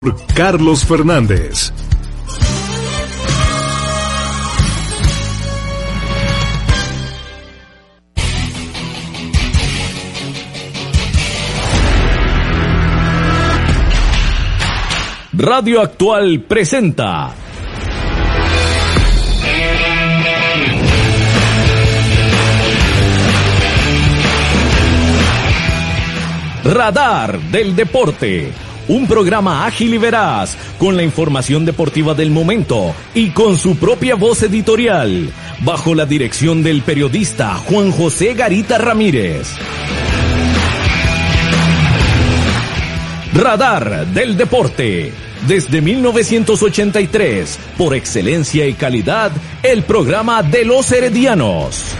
Carlos Fernández. Radio Actual presenta Radar del Deporte, un programa ágil y veraz, con la información deportiva del momento y con su propia voz editorial, bajo la dirección del periodista Juan José Garita Ramírez. Radar del Deporte, desde 1983, por excelencia y calidad, el programa de los heredianos.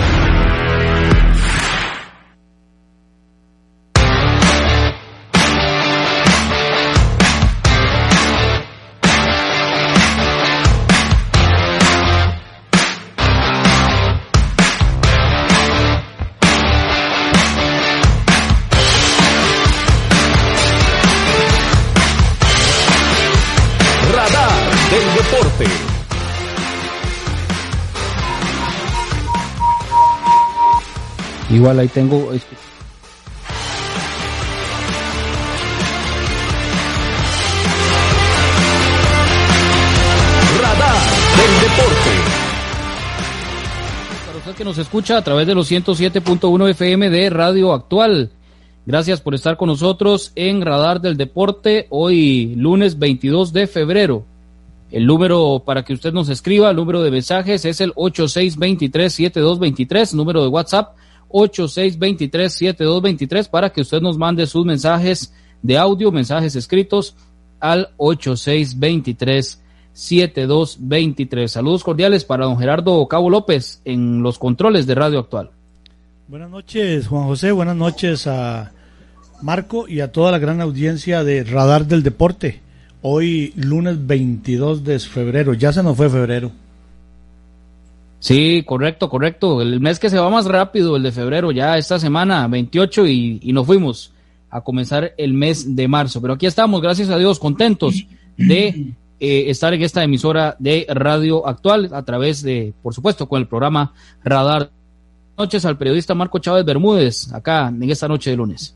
Igual ahí tengo. Radar del Deporte. Para usted que nos escucha a través de los 107.1 FM de Radio Actual, gracias por estar con nosotros en Radar del Deporte, hoy lunes 22 de febrero. El número para que usted nos escriba, el número de mensajes es el 8623-7223, número de WhatsApp 8623-7223, para que usted nos mande sus mensajes de audio, mensajes escritos al 8623-7223. Saludos cordiales para don Gerardo Cabo López en los controles de Radio Actual. Buenas noches, Juan José, buenas noches a Marco y a toda la gran audiencia de Radar del Deporte. Hoy lunes 22 de febrero, ya se nos fue febrero. Sí, correcto, el mes que se va más rápido, el de febrero, ya esta semana 28 y nos fuimos a comenzar el mes de marzo, pero aquí estamos, gracias a Dios, contentos de estar en esta emisora de Radio Actual a través de, por supuesto, con el programa Radar. Buenas noches al periodista Marco Chávez Bermúdez, acá en esta noche de lunes.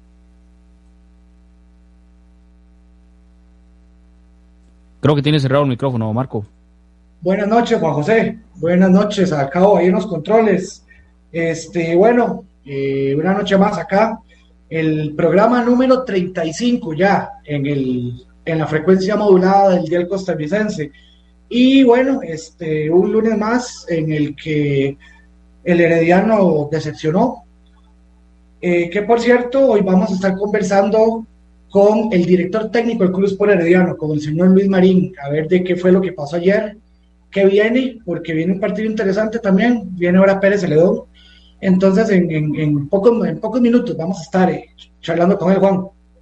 Creo que tiene cerrado el micrófono, Marco. Buenas noches, Juan José. Buenas noches, acabo ahí en los controles. Una noche más acá. El programa número 35 ya en la frecuencia modulada del dial costarricense. Y bueno, un lunes más en el que el Herediano decepcionó. Que por cierto, hoy vamos a estar conversando con el director técnico del Club Sport Herediano, con el señor Luis Marín, a ver de qué fue lo que pasó ayer, qué viene, porque viene un partido interesante también, viene ahora Pérez Celedón. Entonces en pocos minutos vamos a estar charlando con él, Juan.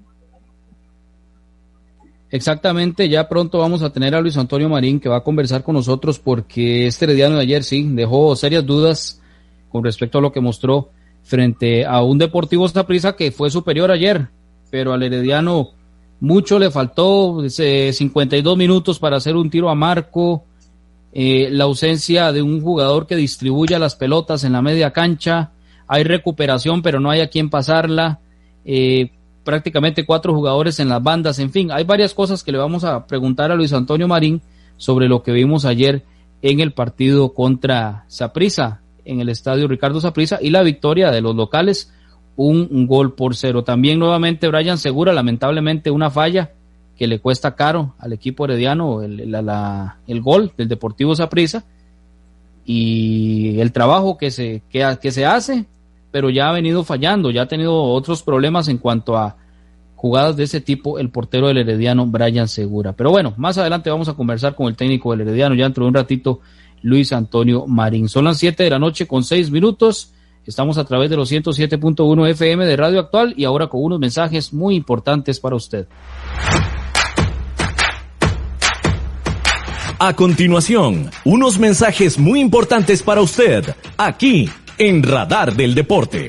Exactamente, ya pronto vamos a tener a Luis Antonio Marín, que va a conversar con nosotros, porque este Herediano de ayer sí dejó serias dudas con respecto a lo que mostró frente a un Deportivo Saprissa que fue superior ayer, pero al Herediano mucho le faltó, 52 minutos para hacer un tiro a marco, la ausencia de un jugador que distribuya las pelotas en la media cancha, hay recuperación pero no hay a quien pasarla, prácticamente 4 jugadores en las bandas, en fin, hay varias cosas que le vamos a preguntar a Luis Antonio Marín sobre lo que vimos ayer en el partido contra Saprissa, en el estadio Ricardo Saprissa, y la victoria de los locales, 1-0. También nuevamente Brian Segura, lamentablemente una falla que le cuesta caro al equipo herediano, el gol del Deportivo Saprissa, y el trabajo que se hace, pero ya ha venido fallando, ya ha tenido otros problemas en cuanto a jugadas de ese tipo el portero del Herediano, Brian Segura. Pero bueno, más adelante vamos a conversar con el técnico del Herediano, ya dentro de un ratito, Luis Antonio Marín. Son las 7 de la noche con 6 minutos. Estamos a través de los 107.1 FM de Radio Actual y ahora con unos mensajes muy importantes para usted. A continuación, unos mensajes muy importantes para usted, aquí en Radar del Deporte.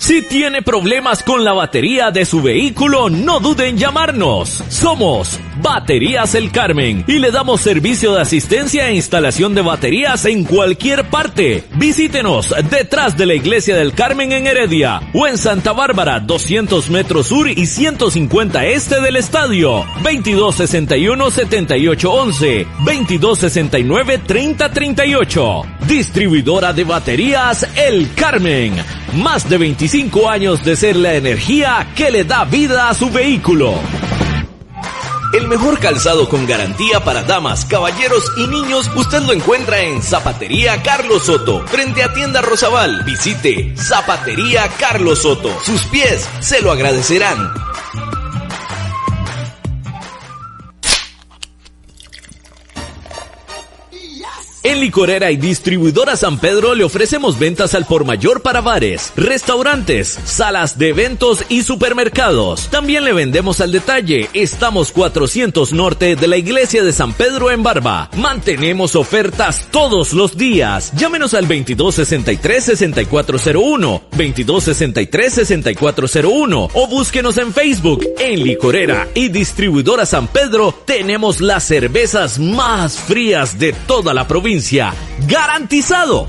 Si tiene problemas con la batería de su vehículo, no dude en llamarnos. Somos Baterías El Carmen y le damos servicio de asistencia e instalación de baterías en cualquier parte. Visítenos detrás de la Iglesia del Carmen en Heredia o en Santa Bárbara, 200 metros sur y 150 este del estadio. 2261-7811, 2269-3038. Distribuidora de baterías El Carmen. Más de 25 años de ser la energía que le da vida a su vehículo. El mejor calzado con garantía para damas, caballeros y niños usted lo encuentra en Zapatería Carlos Soto, frente a Tienda Rosabal. Visite Zapatería Carlos Soto. Sus pies se lo agradecerán. En Licorera y Distribuidora San Pedro le ofrecemos ventas al por mayor para bares, restaurantes, salas de eventos y supermercados. También le vendemos al detalle. Estamos 400 norte de la Iglesia de San Pedro en Barba. Mantenemos ofertas todos los días. Llámenos al 2263-6401, 2263-6401 o búsquenos en Facebook. En Licorera y Distribuidora San Pedro tenemos las cervezas más frías de toda la provincia. ¡Garantizado!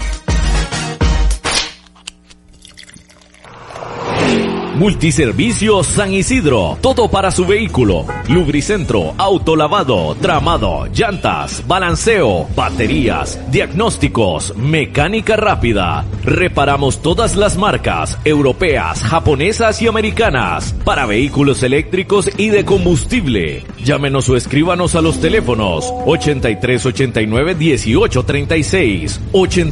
Multiservicios San Isidro, todo para su vehículo: lubricentro, autolavado, tramado, llantas, balanceo, baterías, diagnósticos, mecánica rápida. Reparamos todas las marcas europeas, japonesas y americanas para vehículos eléctricos y de combustible. Llámenos o escríbanos a los teléfonos 8389-1836,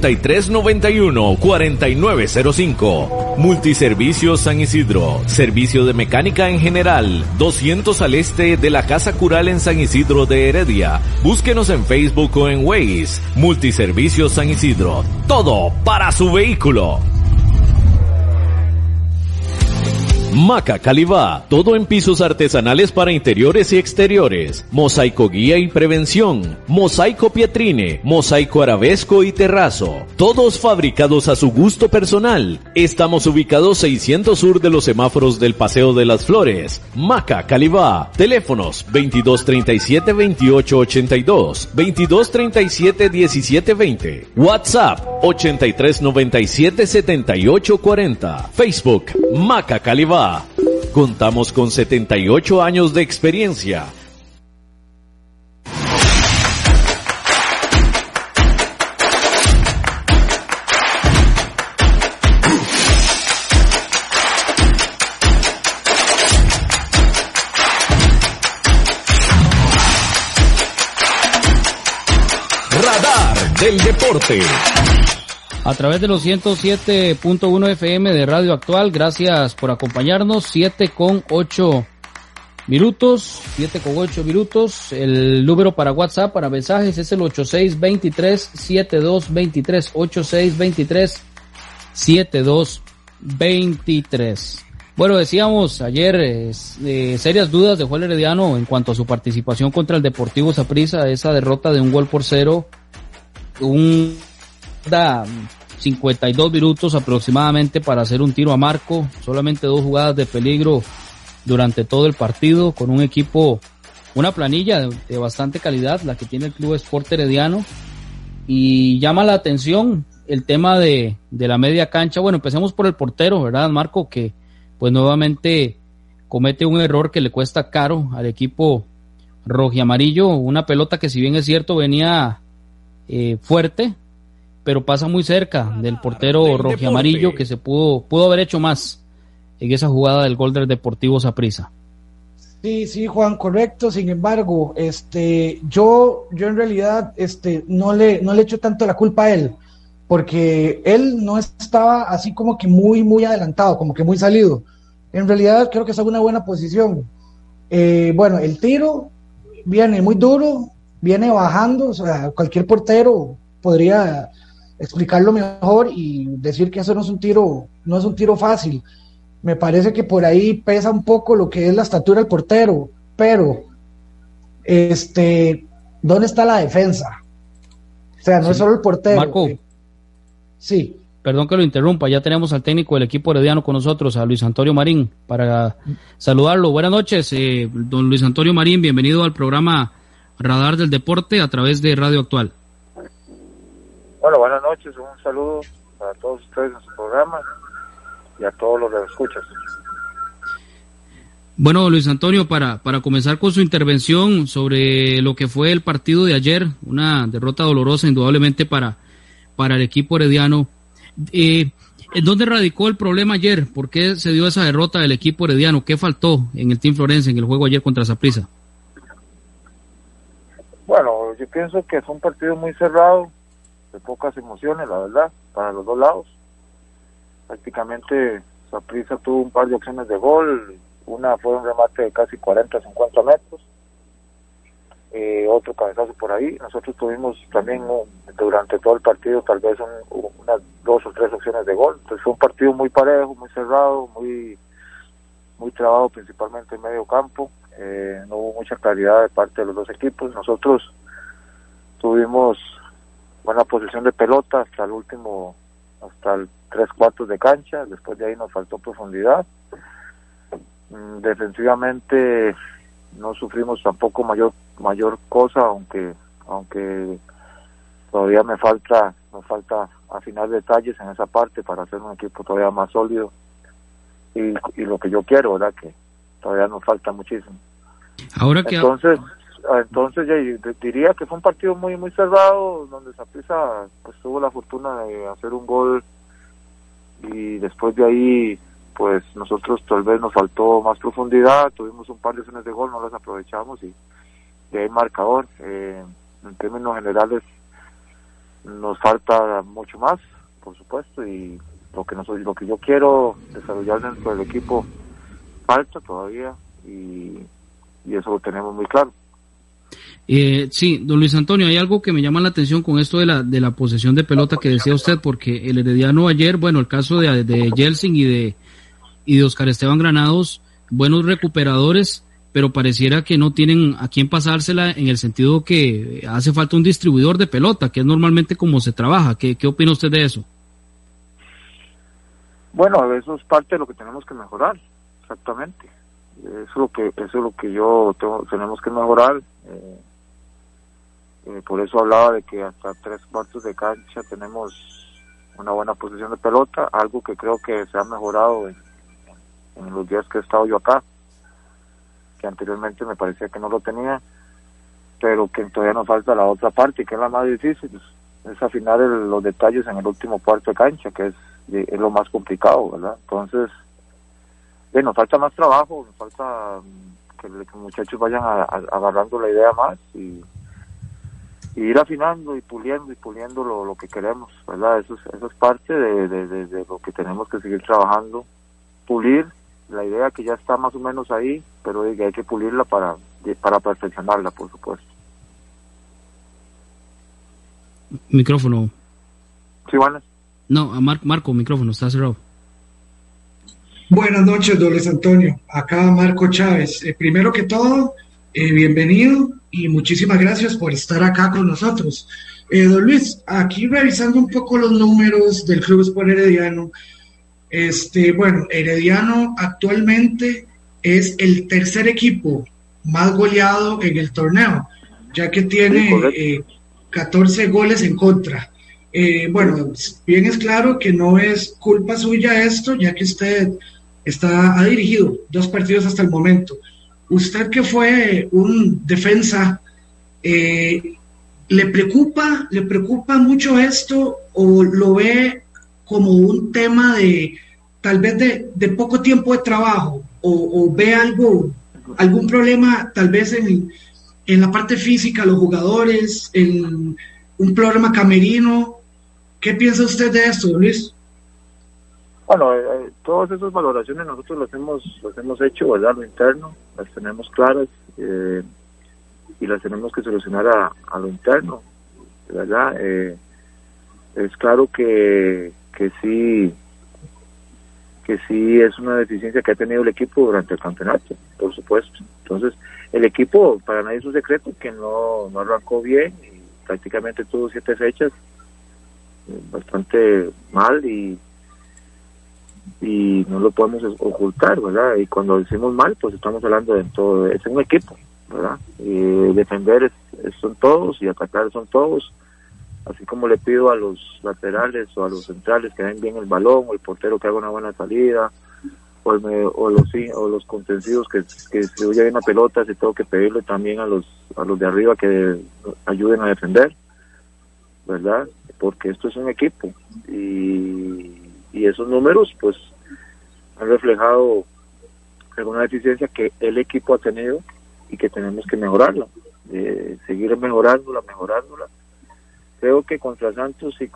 8391-4905. Multiservicios San Isidro. Servicio de mecánica en general, 200 al este de la Casa Cural en San Isidro de Heredia. Búsquenos en Facebook o en Waze. Multiservicios San Isidro. Todo para su vehículo. Maca Calibá, todo en pisos artesanales para interiores y exteriores, mosaico guía y prevención, mosaico pietrine, mosaico arabesco y terrazo, todos fabricados a su gusto personal. Estamos ubicados 600 sur de los semáforos del Paseo de las Flores. Maca Calibá, teléfonos 2237-2882, 2237-1720, WhatsApp 8397-7840, Facebook Maca Calibá. Contamos con 78 años de experiencia. Radar del Deporte. A través de los 107.1 FM de Radio Actual, gracias por acompañarnos. 7:08 minutos. El número para WhatsApp, para mensajes, es el 8623-7223. 8623-7223. Bueno, decíamos ayer, serias dudas dejó el Herediano en cuanto a su participación contra el Deportivo Saprissa, esa derrota de 1-0. 52 minutos aproximadamente para hacer un tiro a marco, solamente 2 jugadas de peligro durante todo el partido, con un equipo, una planilla de bastante calidad, la que tiene el Club Sport Herediano, y llama la atención el tema de la media cancha. Bueno, empecemos por el portero, ¿verdad, Marco? Que pues nuevamente comete un error que le cuesta caro al equipo rojiamarillo, una pelota que, si bien es cierto, venía fuerte, pero pasa muy cerca del portero rojiamarillo, que se pudo haber hecho más en esa jugada del gol del Deportivo Saprissa. Sí, Juan, correcto. Sin embargo, yo en realidad no le echo tanto la culpa a él, porque él no estaba así como que muy adelantado, como que muy salido. En realidad creo que está en una buena posición. Bueno, el tiro viene muy duro, viene bajando, o sea, cualquier portero podría explicarlo mejor y decir que eso no es un tiro fácil. Me parece que por ahí pesa un poco lo que es la estatura del portero, pero ¿dónde está la defensa? O sea, no es solo el portero. Marco, sí. perdón que lo interrumpa, ya tenemos al técnico del equipo herediano con nosotros, a Luis Antonio Marín, para saludarlo. Buenas noches, don Luis Antonio Marín, bienvenido al programa Radar del Deporte a través de Radio Actual. Bueno, buenas noches, un saludo para todos ustedes en su programa y a todos los que escuchan. Bueno, Luis Antonio, para comenzar con su intervención sobre lo que fue el partido de ayer, una derrota dolorosa indudablemente para el equipo herediano. ¿En dónde radicó el problema ayer? ¿Por qué se dio esa derrota del equipo herediano? ¿Qué faltó en el Team Florense en el juego ayer contra Saprissa? Bueno, yo pienso que fue un partido muy cerrado, de pocas emociones, la verdad, para los dos lados. Prácticamente Saprissa tuvo un par de opciones de gol. Una fue un remate de casi 40, 50 metros, otro cabezazo por ahí. Nosotros tuvimos también durante todo el partido tal vez unas 2 o 3 opciones de gol. Entonces fue un partido muy parejo, muy cerrado, muy trabado principalmente en medio campo. No hubo mucha claridad de parte de los dos equipos. Nosotros tuvimos buena posición de pelota hasta el 3/4 de cancha. Después de ahí nos faltó profundidad. Defensivamente no sufrimos tampoco mayor cosa, aunque todavía me falta afinar detalles en esa parte para hacer un equipo todavía más sólido y lo que yo quiero, ¿verdad? Que todavía nos falta muchísimo. Entonces ya diría que fue un partido muy muy cerrado, donde Saprissa pues tuvo la fortuna de hacer un gol y después de ahí pues nosotros tal vez nos faltó más profundidad, tuvimos un par de opciones de gol, no las aprovechamos y de ahí marcador. En términos generales nos falta mucho más, por supuesto, y lo que yo quiero desarrollar dentro del equipo falta todavía y eso lo tenemos muy claro. Sí, don Luis Antonio, hay algo que me llama la atención con esto de la posesión de pelota que decía usted, porque el herediano ayer, bueno, el caso de Yeltsin y de Oscar Esteban Granados, buenos recuperadores, pero pareciera que no tienen a quién pasársela, en el sentido que hace falta un distribuidor de pelota, que es normalmente como se trabaja. ¿Qué opina usted de eso? Bueno, eso es parte de lo que tenemos que mejorar, exactamente. Eso es lo que tenemos que mejorar. Por eso hablaba de que hasta 3/4 de cancha tenemos una buena posición de pelota, algo que creo que se ha mejorado en los días que he estado yo acá, que anteriormente me parecía que no lo tenía, pero que todavía nos falta la otra parte, que es la más difícil, es afinar los detalles en el último cuarto de cancha, que es lo más complicado, ¿verdad? Entonces, nos falta más trabajo, nos falta que los muchachos vayan agarrando la idea más y ir afinando y puliendo lo que queremos, ¿verdad? Eso es parte de lo que tenemos que seguir trabajando, pulir la idea que ya está más o menos ahí, pero hay que pulirla para perfeccionarla, por supuesto. Micrófono. Sí, bueno. No, a Marco, micrófono, está cerrado. Buenas noches, don Luis Antonio. Acá Marco Chávez. Primero que todo, bienvenido y muchísimas gracias por estar acá con nosotros. Don Luis, aquí revisando un poco los números del Club Sport Herediano, bueno, Herediano actualmente es el tercer equipo más goleado en el torneo, ya que tiene 14 goles en contra. Bueno, bien es claro que no es culpa suya esto, ya que usted ha dirigido 2 partidos hasta el momento. Usted, que fue un defensa, ¿le preocupa mucho esto o lo ve como un tema de tal vez de poco tiempo de trabajo o ve algún problema tal vez en la parte física, los jugadores, en un problema camerino? ¿Qué piensa usted de esto, Luis? Bueno, todas esas valoraciones nosotros las hemos hecho, ¿verdad? Lo interno, las tenemos claras y las tenemos que solucionar a lo interno, ¿verdad? Es claro que sí es una deficiencia que ha tenido el equipo durante el campeonato, por supuesto. Entonces, el equipo, para nadie es un secreto que no arrancó bien y prácticamente tuvo 7 fechas bastante mal y no lo podemos ocultar, ¿verdad? Y cuando decimos mal, pues estamos hablando de todo, es un equipo, ¿verdad? Defender son todos y atacar son todos, así como le pido a los laterales o a los centrales que den bien el balón, o el portero que haga una buena salida, o los contentivos que distribuya bien la pelota, si tengo que pedirle también a los de arriba que ayuden a defender, ¿verdad? Porque esto es un equipo y esos números pues han reflejado alguna deficiencia que el equipo ha tenido y que tenemos que mejorarla, seguir mejorándola. Creo que contra Santos y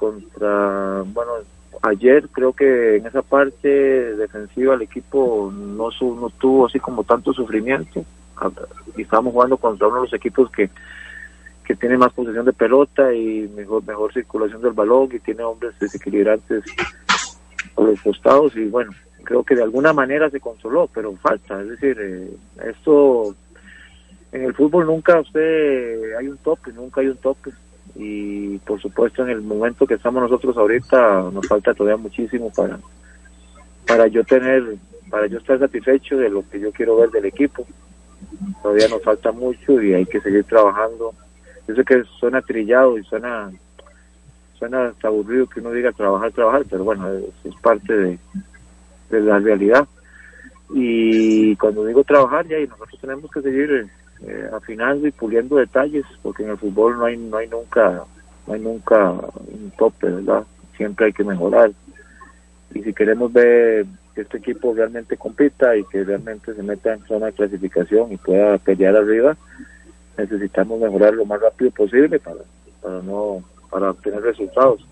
ayer creo que en esa parte defensiva el equipo no tuvo así como tanto sufrimiento, y estábamos jugando contra uno de los equipos que tiene más posesión de pelota y mejor circulación del balón y tiene hombres desequilibrantes por los costados, y bueno, creo que de alguna manera se consoló, pero falta, es decir, esto en el fútbol nunca hay un tope, y por supuesto en el momento que estamos nosotros ahorita nos falta todavía muchísimo para yo estar satisfecho de lo que yo quiero ver del equipo. Todavía nos falta mucho y hay que seguir trabajando. Yo sé que suena trillado y suena hasta aburrido que uno diga trabajar, pero bueno, es parte de la realidad. Y cuando digo trabajar, ya, y nosotros tenemos que seguir afinando y puliendo detalles, porque en el fútbol no hay nunca un tope, ¿verdad? Siempre hay que mejorar. Y si queremos ver que este equipo realmente compita y que realmente se meta en zona de clasificación y pueda pelear arriba, necesitamos mejorar lo más rápido posible para obtener resultados.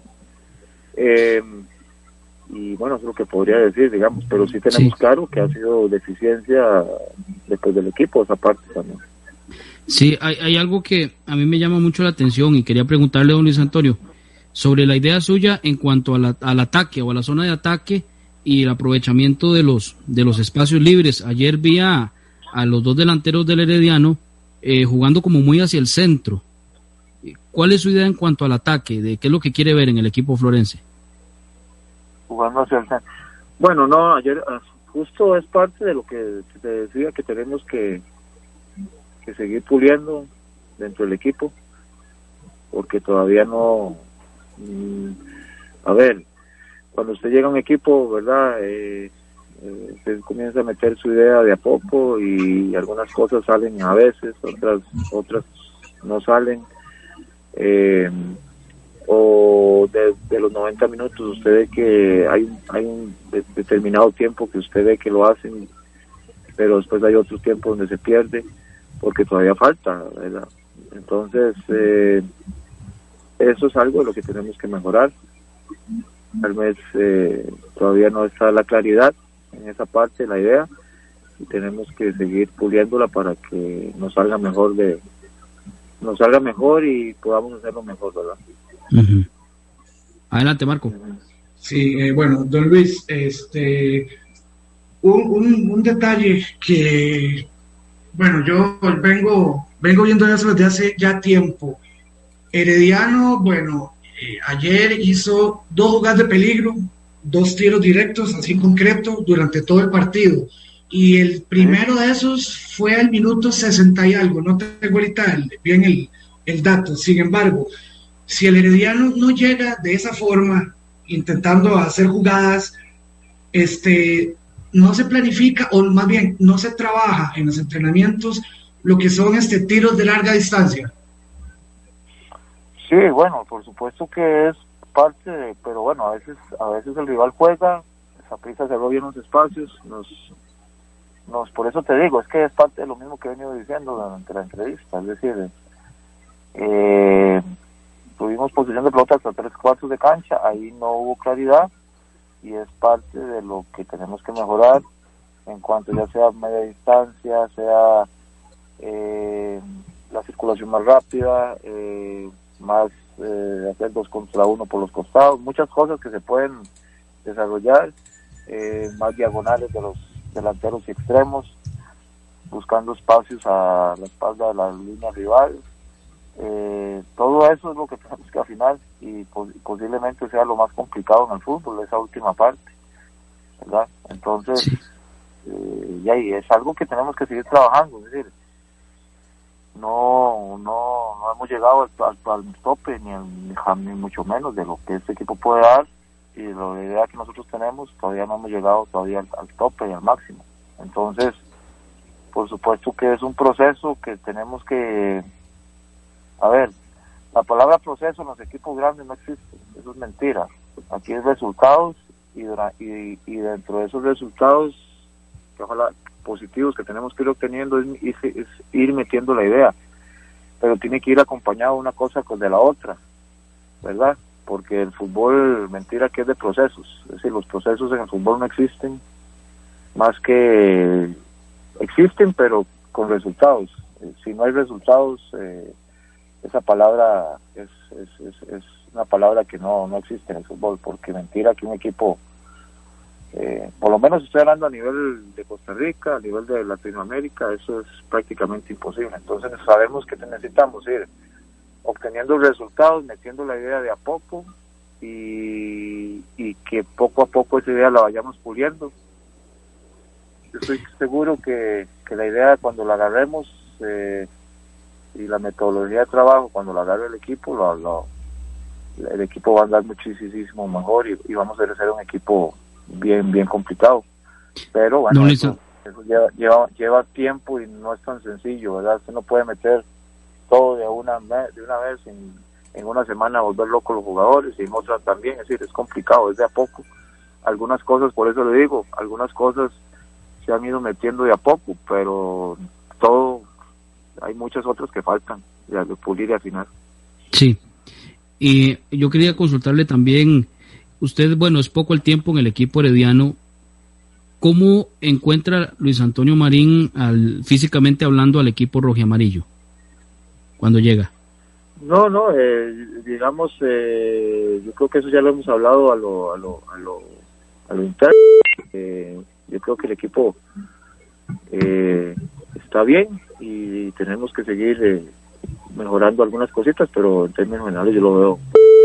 Y bueno, eso es lo que podría decir, digamos, pero sí tenemos claro que ha sido deficiencia después del equipo, esa parte también. Sí, hay algo que a mí me llama mucho la atención y quería preguntarle a don Luis Antonio sobre la idea suya en cuanto al ataque o a la zona de ataque y el aprovechamiento de los espacios libres. Ayer vi a los dos delanteros del Herediano jugando como muy hacia el centro. ¿Cuál es su idea en cuanto al ataque? ¿De qué es lo que quiere ver en el equipo florense? Jugando hacia el centro. Bueno, no, ayer justo es parte de lo que te decía, que tenemos que seguir puliendo dentro del equipo, porque todavía no... a ver, cuando usted llega a un equipo, ¿verdad? Usted comienza a meter su idea de a poco y algunas cosas salen a veces, otras no salen. O de los 90 minutos usted ve que hay un determinado tiempo que usted ve que lo hacen, pero después hay otro tiempo donde se pierde porque todavía falta, ¿verdad? Entonces eso es algo de lo que tenemos que mejorar. Tal vez todavía no está la claridad en esa parte, la idea, y tenemos que seguir puliéndola para que nos salga mejor y podamos hacerlo mejor, ¿verdad? Uh-huh. Adelante, Marco. Sí, bueno, don Luis, un detalle que, bueno, yo vengo viendo eso desde hace ya tiempo. Herediano, bueno, ayer hizo 2 jugadas de peligro, 2 tiros directos, así concreto, durante todo el partido. Y el primero de esos fue al minuto 60 y algo, no tengo ahorita bien el dato. Sin embargo, si el Herediano no llega de esa forma, intentando hacer jugadas, no se planifica, o más bien no se trabaja en los entrenamientos lo que son tiros de larga distancia. Sí, bueno, por supuesto que es parte pero bueno, a veces el rival juega, Saprissa cerró bien los espacios, por eso te digo, es que es parte de lo mismo que he venido diciendo durante la entrevista, es decir, tuvimos posición de pelota hasta 3/4 de cancha, ahí no hubo claridad y es parte de lo que tenemos que mejorar en cuanto ya sea media distancia, sea la circulación más rápida, más hacer 2 contra 1 por los costados, muchas cosas que se pueden desarrollar, más diagonales de los delanteros y extremos, buscando espacios a la espalda de la línea rival, todo eso es lo que tenemos que afinar y posiblemente sea lo más complicado en el fútbol, esa última parte, ¿verdad? Entonces, Sí. Y es algo que tenemos que seguir trabajando, es decir, no hemos llegado al tope, ni mucho menos de lo que este equipo puede dar, y la idea que nosotros tenemos, todavía no hemos llegado todavía al tope y al máximo. Entonces, por supuesto que es un proceso que tenemos que... A ver, la palabra proceso en los equipos grandes no existe, eso es mentira. Aquí es resultados y dentro de esos resultados, que ojalá positivos que tenemos que ir obteniendo, es ir metiendo la idea, pero tiene que ir acompañado una cosa de la otra, ¿verdad? Porque el fútbol, mentira que es de procesos, es decir, los procesos en el fútbol no existen, más que existen pero con resultados. Si no hay resultados, esa palabra es una palabra que no existe en el fútbol, porque mentira que un equipo, por lo menos estoy hablando a nivel de Costa Rica, a nivel de Latinoamérica, eso es prácticamente imposible. Entonces sabemos que necesitamos ir obteniendo resultados, metiendo la idea de a poco y que poco a poco esa idea la vayamos puliendo. Yo estoy seguro que la idea, cuando la agarremos, y la metodología de trabajo, cuando la agarre el equipo, el equipo va a andar muchísimo mejor y vamos a ser un equipo bien complicado. Pero bueno, eso lleva tiempo y no es tan sencillo, ¿verdad? Usted no puede meter todo de una vez en una semana, volver locos los jugadores, y en otra también, es decir, es complicado, es de a poco. Algunas cosas, por eso le digo, algunas cosas se han ido metiendo de a poco, pero hay muchas otras que faltan de pulir y afinar. Sí, y yo quería consultarle también, usted, bueno, es poco el tiempo en el equipo herediano, ¿cómo encuentra Luis Antonio Marín físicamente hablando al equipo rojiamarillo cuando llega? No, digamos, yo creo que eso ya lo hemos hablado a lo interno. Yo creo que el equipo está bien y tenemos que seguir mejorando algunas cositas, pero en términos generales yo lo veo.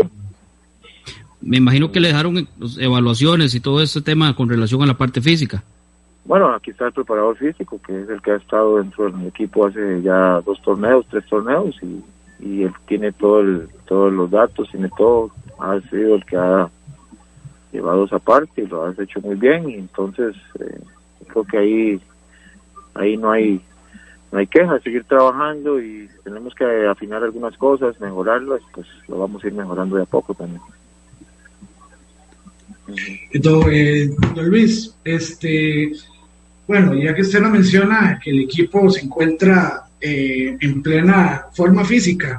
Me imagino que le dejaron evaluaciones y todo ese tema con relación a la parte física. Bueno, aquí está el preparador físico, que es el que ha estado dentro del equipo hace ya 3 torneos, y él tiene todos los datos, tiene todo, ha sido el que ha llevado esa parte y lo has hecho muy bien, y entonces creo que ahí no hay queja, seguir trabajando, y tenemos que afinar algunas cosas, mejorarlas, pues lo vamos a ir mejorando de a poco también. Don Luis, bueno, ya que usted lo menciona, que el equipo se encuentra en plena forma física,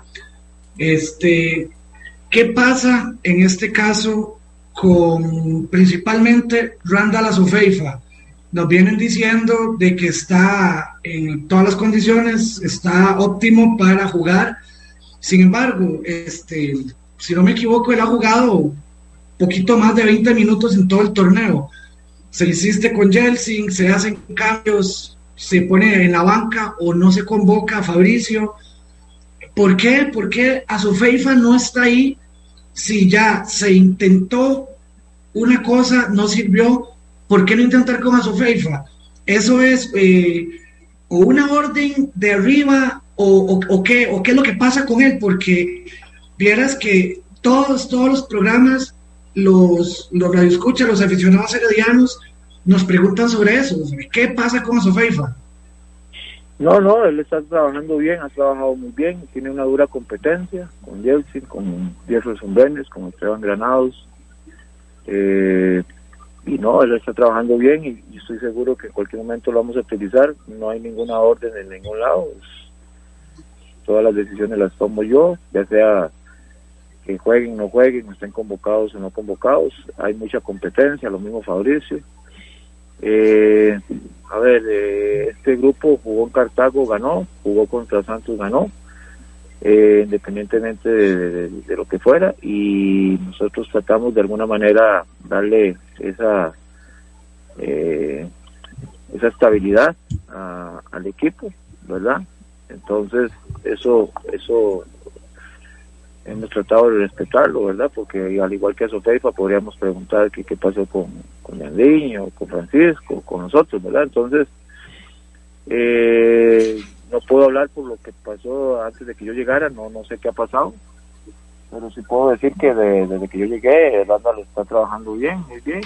¿qué pasa en este caso con principalmente Randall Azofeifa? Nos vienen diciendo de que está en todas las condiciones, está óptimo para jugar. Sin embargo, si no me equivoco, él ha jugado poquito más de 20 minutos en todo el torneo. Se insiste con Jelsin, se hacen cambios, se pone en la banca o no se convoca a Fabricio. ¿Por qué? ¿Por qué Azofeifa no está ahí? Si ya se intentó una cosa, no sirvió, ¿por qué no intentar con Azofeifa? Eso es o una orden de arriba o qué es lo que pasa con él, porque vieras que todos los programas, los radioescuchas, los aficionados heredianos nos preguntan sobre eso, sobre qué pasa con Azofeifa. No, él está trabajando bien, ha trabajado muy bien, tiene una dura competencia con Jelsin, con Jefferson Brenes, con Esteban Granados, y no, él está trabajando bien y estoy seguro que en cualquier momento lo vamos a utilizar. No hay ninguna orden en ningún lado, todas las decisiones las tomo yo, ya sea que jueguen, no jueguen, estén convocados o no convocados. Hay mucha competencia, lo mismo Fabricio. Este grupo jugó en Cartago, ganó, jugó contra Santos, ganó, independientemente de lo que fuera, y nosotros tratamos de alguna manera darle esa estabilidad al equipo, ¿verdad? Entonces eso hemos tratado de respetarlo, ¿verdad? Porque al igual que a Sofeifa podríamos preguntar qué pasó con Leandriño, con Francisco, con nosotros, ¿verdad? Entonces, no puedo hablar por lo que pasó antes de que yo llegara, no sé qué ha pasado, pero sí puedo decir que desde que yo llegué, Randall está trabajando bien, muy bien,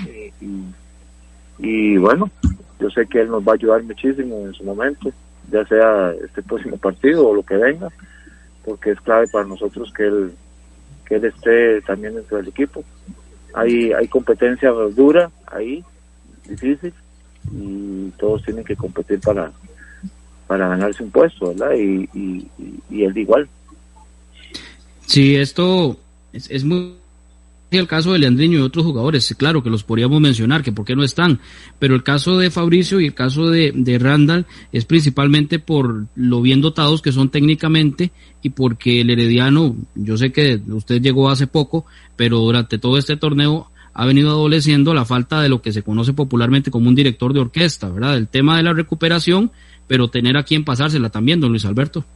y bueno, yo sé que él nos va a ayudar muchísimo en su momento, ya sea este próximo partido o lo que venga, porque es clave para nosotros que él esté también dentro del equipo. Hay competencia dura ahí, difícil, y todos tienen que competir para ganarse un puesto, ¿verdad? Y él igual. Sí, esto es muy el caso de Leandriño y otros jugadores, claro que los podríamos mencionar, que por qué no están, pero el caso de Fabricio y el caso de Randall es principalmente por lo bien dotados que son técnicamente y porque el Herediano, yo sé que usted llegó hace poco, pero durante todo este torneo ha venido adoleciendo la falta de lo que se conoce popularmente como un director de orquesta, ¿verdad? El tema de la recuperación, pero tener a quien pasársela también, don Luis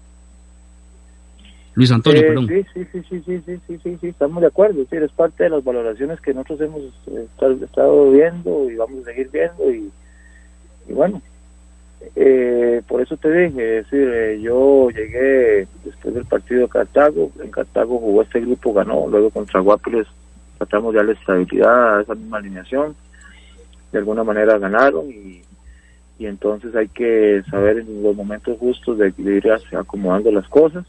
Antonio, perdón. Sí, estamos de acuerdo, es decir, es parte de las valoraciones que nosotros hemos estado viendo y vamos a seguir viendo y bueno, por eso te dije, es decir, yo llegué después del partido de Cartago, en Cartago jugó este grupo, ganó, luego contra Guapiles tratamos de darle estabilidad a esa misma alineación, de alguna manera ganaron y entonces hay que saber en los momentos justos de ir acomodando las cosas.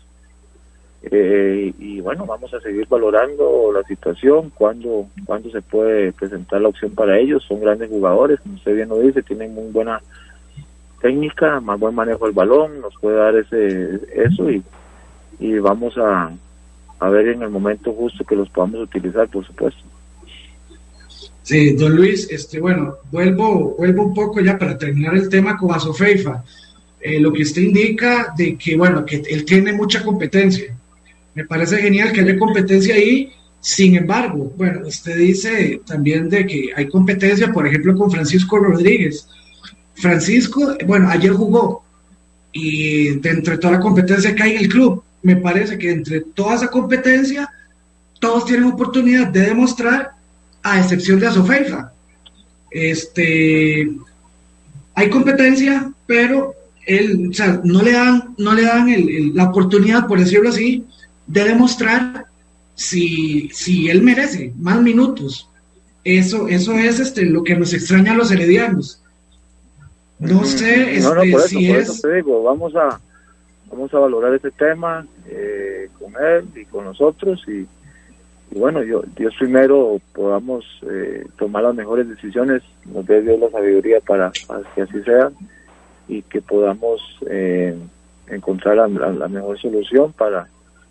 Y bueno, vamos a seguir valorando la situación, cuando se puede presentar la opción para ellos. Son grandes jugadores, como usted bien lo dice, tienen muy buena técnica, más buen manejo del balón, nos puede dar eso y vamos a ver en el momento justo que los podamos utilizar, por supuesto. Sí, don Luis, bueno, vuelvo un poco ya para terminar el tema con Asofeifa. Lo que usted indica de que, bueno, que él tiene mucha competencia. Me parece genial que haya competencia ahí. Sin embargo, bueno, usted dice también de que hay competencia, por ejemplo, con Francisco Rodríguez. Francisco, bueno, ayer jugó y de entre toda la competencia que hay en el club, me parece que entre toda esa competencia, todos tienen oportunidad de demostrar, a excepción de Asofeifa. Hay competencia, pero él, o sea, no le dan la oportunidad, por decirlo así, de demostrar si él merece más minutos. Eso es lo que nos extraña a los heredianos. No sé por eso es... te digo, vamos a valorar ese tema con él y con nosotros y bueno, Dios primero podamos tomar las mejores decisiones, nos dé Dios la sabiduría para que así sea y que podamos encontrar la mejor solución para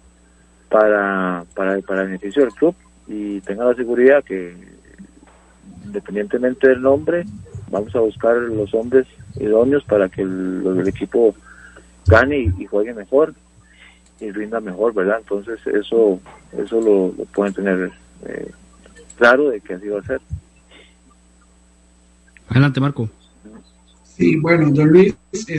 beneficio del club y tenga la seguridad que independientemente del nombre vamos a buscar los hombres idóneos para que el equipo gane y juegue mejor y rinda mejor, ¿verdad? Entonces eso lo pueden tener claro de que así va a ser. Adelante, Marco. Sí, bueno, don Luis,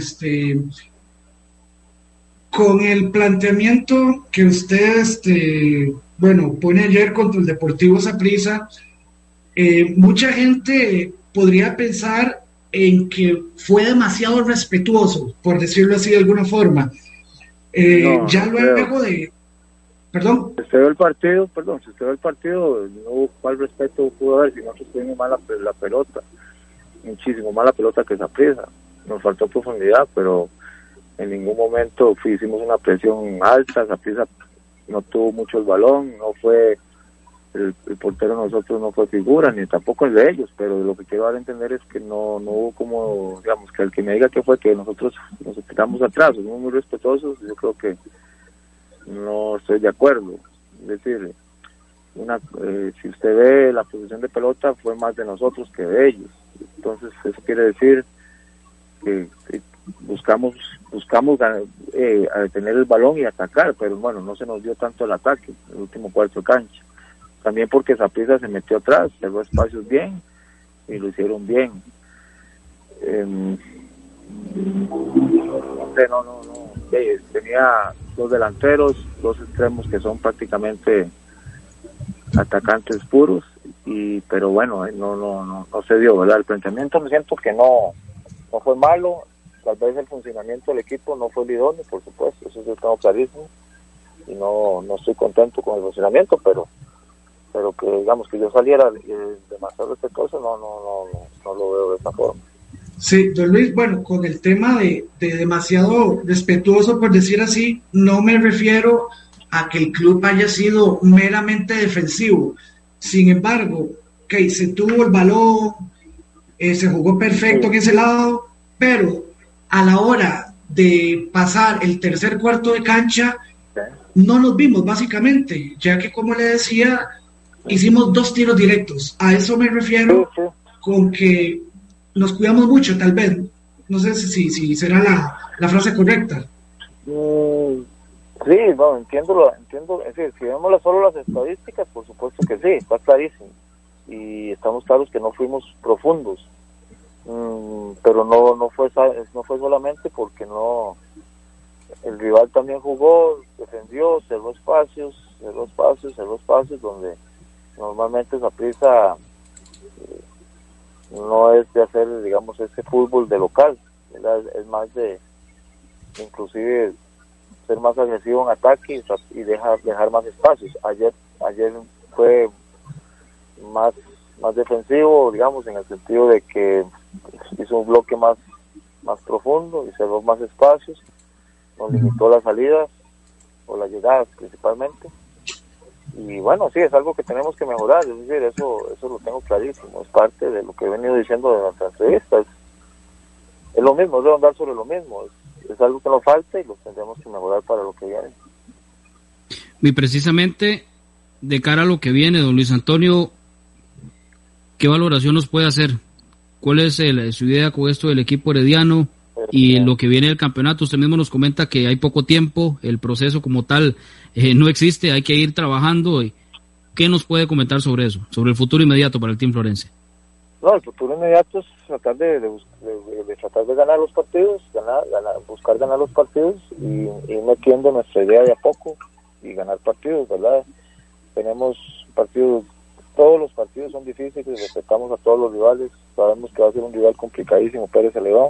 con el planteamiento que usted, pone ayer contra el Deportivo Saprissa, mucha gente podría pensar en que fue demasiado respetuoso, por decirlo así de alguna forma. Ya luego de... Perdón. Si usted ve el partido, no, ¿cuál respeto pudo haber si nosotros tuvimos mala la pelota? Muchísimo más la pelota que Saprissa. Nos faltó profundidad, pero en ningún momento hicimos una presión alta. Saprissa no tuvo mucho el balón, no fue el portero de nosotros no fue figura, ni tampoco el de ellos, pero lo que quiero dar a entender es que no hubo como, digamos, que el que me diga que fue que nosotros nos quedamos atrás, somos muy respetuosos, yo creo que no estoy de acuerdo. Es decir, si usted ve la posición de pelota fue más de nosotros que de ellos, entonces eso quiere decir que buscamos tener el balón y atacar, pero bueno, no se nos dio tanto el ataque el último cuarto de cancha, también porque Saprissa se metió atrás, cerró espacios bien y lo hicieron bien. dos delanteros, dos extremos que son prácticamente atacantes puros, pero bueno, no se dio, ¿verdad? El planteamiento me siento que no fue malo, tal vez el funcionamiento del equipo no fue el idóneo, por supuesto, eso yo tengo clarísimo, y no estoy contento con el funcionamiento, pero que digamos que yo saliera demasiado respetuoso, no lo veo de esta forma. Sí, don Luis, bueno, con el tema de demasiado respetuoso, por decir así, no me refiero a que el club haya sido meramente defensivo. Sin embargo, se tuvo el balón, se jugó perfecto en ese lado, pero a la hora de pasar el tercer cuarto de cancha, no nos vimos básicamente, ya que, como le decía, hicimos 2 tiros directos. A eso me refiero con que nos cuidamos mucho, tal vez. No sé si será la frase correcta. Sí, bueno, entiendo. Es decir, si vemos solo las estadísticas, por supuesto que sí, está clarísimo. Y estamos claros que no fuimos profundos. Pero no fue solamente porque el rival también jugó, defendió, cerró espacios, donde normalmente Saprissa no es de hacer, digamos, ese fútbol de local, ¿verdad? Es más de inclusive ser más agresivo en ataque y dejar más espacios. Ayer fue más defensivo, digamos, en el sentido de que hizo un bloque más profundo y cerró más espacios, nos limitó las salidas o las llegadas principalmente. Y bueno, sí, es algo que tenemos que mejorar, es decir, eso lo tengo clarísimo, es parte de lo que he venido diciendo de nuestra entrevista, es lo mismo, es redondar sobre lo mismo, es algo que nos falta y lo tendremos que mejorar para lo que viene. Y precisamente, de cara a lo que viene, don Luis Antonio, ¿qué valoración nos puede hacer? ¿Cuál es su idea con esto del equipo herediano y lo que viene del campeonato? Usted mismo nos comenta que hay poco tiempo, el proceso como tal no existe, hay que ir trabajando. ¿Qué nos puede comentar sobre eso, sobre el futuro inmediato para el Team Florense? No, el futuro inmediato es tratar de tratar de ganar los partidos, buscar ganar los partidos y ir metiendo nuestra idea de a poco y ganar partidos, ¿verdad? Tenemos partidos, todos los partidos son difíciles, respetamos a todos los rivales, sabemos que va a ser un rival complicadísimo, Pérez Celedón,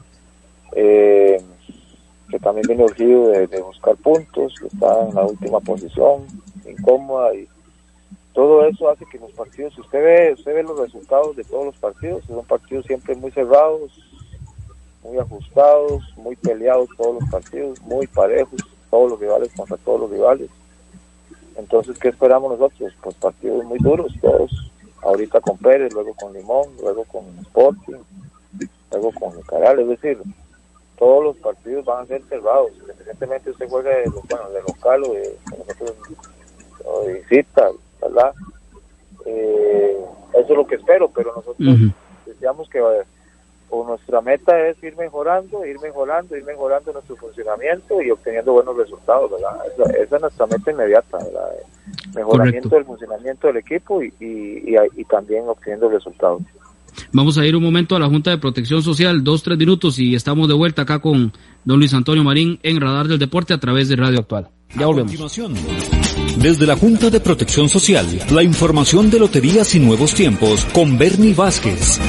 que también viene urgido de buscar puntos, que está en la última posición, incómoda, y todo eso hace que los partidos, si usted ve los resultados de todos los partidos, son partidos siempre muy cerrados, muy ajustados, muy peleados todos los partidos, muy parejos, todos los rivales contra todos los rivales. Entonces, ¿qué esperamos nosotros? Pues partidos muy duros, todos, ahorita con Pérez, luego con Limón, luego con Sporting, luego con Nicaral, es decir, todos los partidos van a ser cerrados, independientemente usted juegue de local o de visita, ¿verdad? Eso es lo que espero, pero nosotros deseamos que nuestra meta es ir mejorando nuestro funcionamiento y obteniendo buenos resultados, ¿verdad? Esa es nuestra meta inmediata, ¿verdad? Mejoramiento del funcionamiento del equipo y también obteniendo resultados. Vamos a ir un momento a la Junta de Protección Social, 2-3 minutos y estamos de vuelta acá con don Luis Antonio Marín en Radar del Deporte a través de Radio Actual. Ya volvemos. A continuación, desde la Junta de Protección Social, la información de loterías y nuevos tiempos con Bernie Vázquez.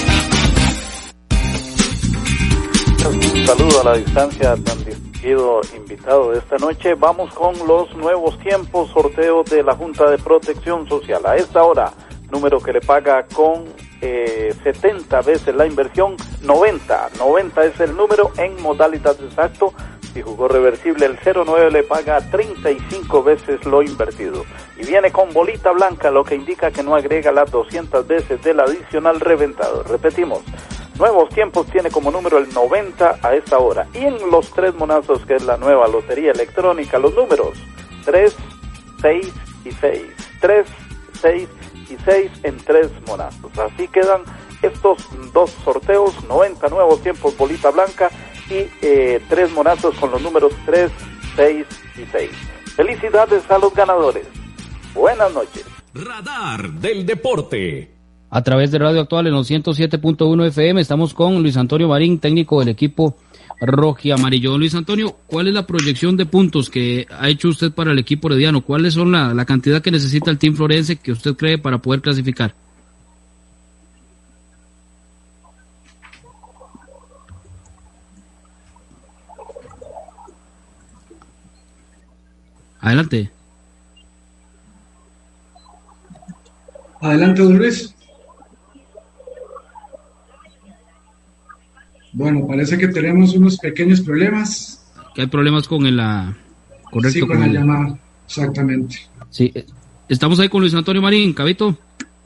Un saludo a la distancia tan distinguido invitado de esta noche. Vamos con los nuevos tiempos, sorteo de la Junta de Protección Social. A esta hora, número que le paga con 70 veces la inversión, 90 es el número en modalidad exacto. Si jugó reversible, el 09 le paga 35 veces lo invertido. Y viene con bolita blanca, lo que indica que no agrega las 200 veces del adicional reventado. Repetimos, nuevos tiempos tiene como número el 90 a esta hora. Y en los 3 monazos, que es la nueva lotería electrónica, los números 3, 6 y 6. 3, 6 y 6 en 3 monazos. Así quedan estos 2 sorteos, 90 nuevos tiempos, bolita blanca, y 3 monazos con los números 3, 6 y 6. Felicidades a los ganadores. Buenas noches. Radar del Deporte. a través de Radio Actual en los 107.1 FM. Estamos con Luis Antonio Marín, técnico del equipo rojiamarillo. Luis Antonio, ¿cuál es la proyección de puntos que ha hecho usted para el equipo herediano? ¿Cuáles son la cantidad que necesita el Team Florense que usted cree para poder clasificar? Adelante. Adelante, don Luis. Bueno, parece que tenemos unos pequeños problemas. Que hay problemas con correcto, sí, con la llamada, exactamente. Sí, estamos ahí con Luis Antonio Marín, Cabito.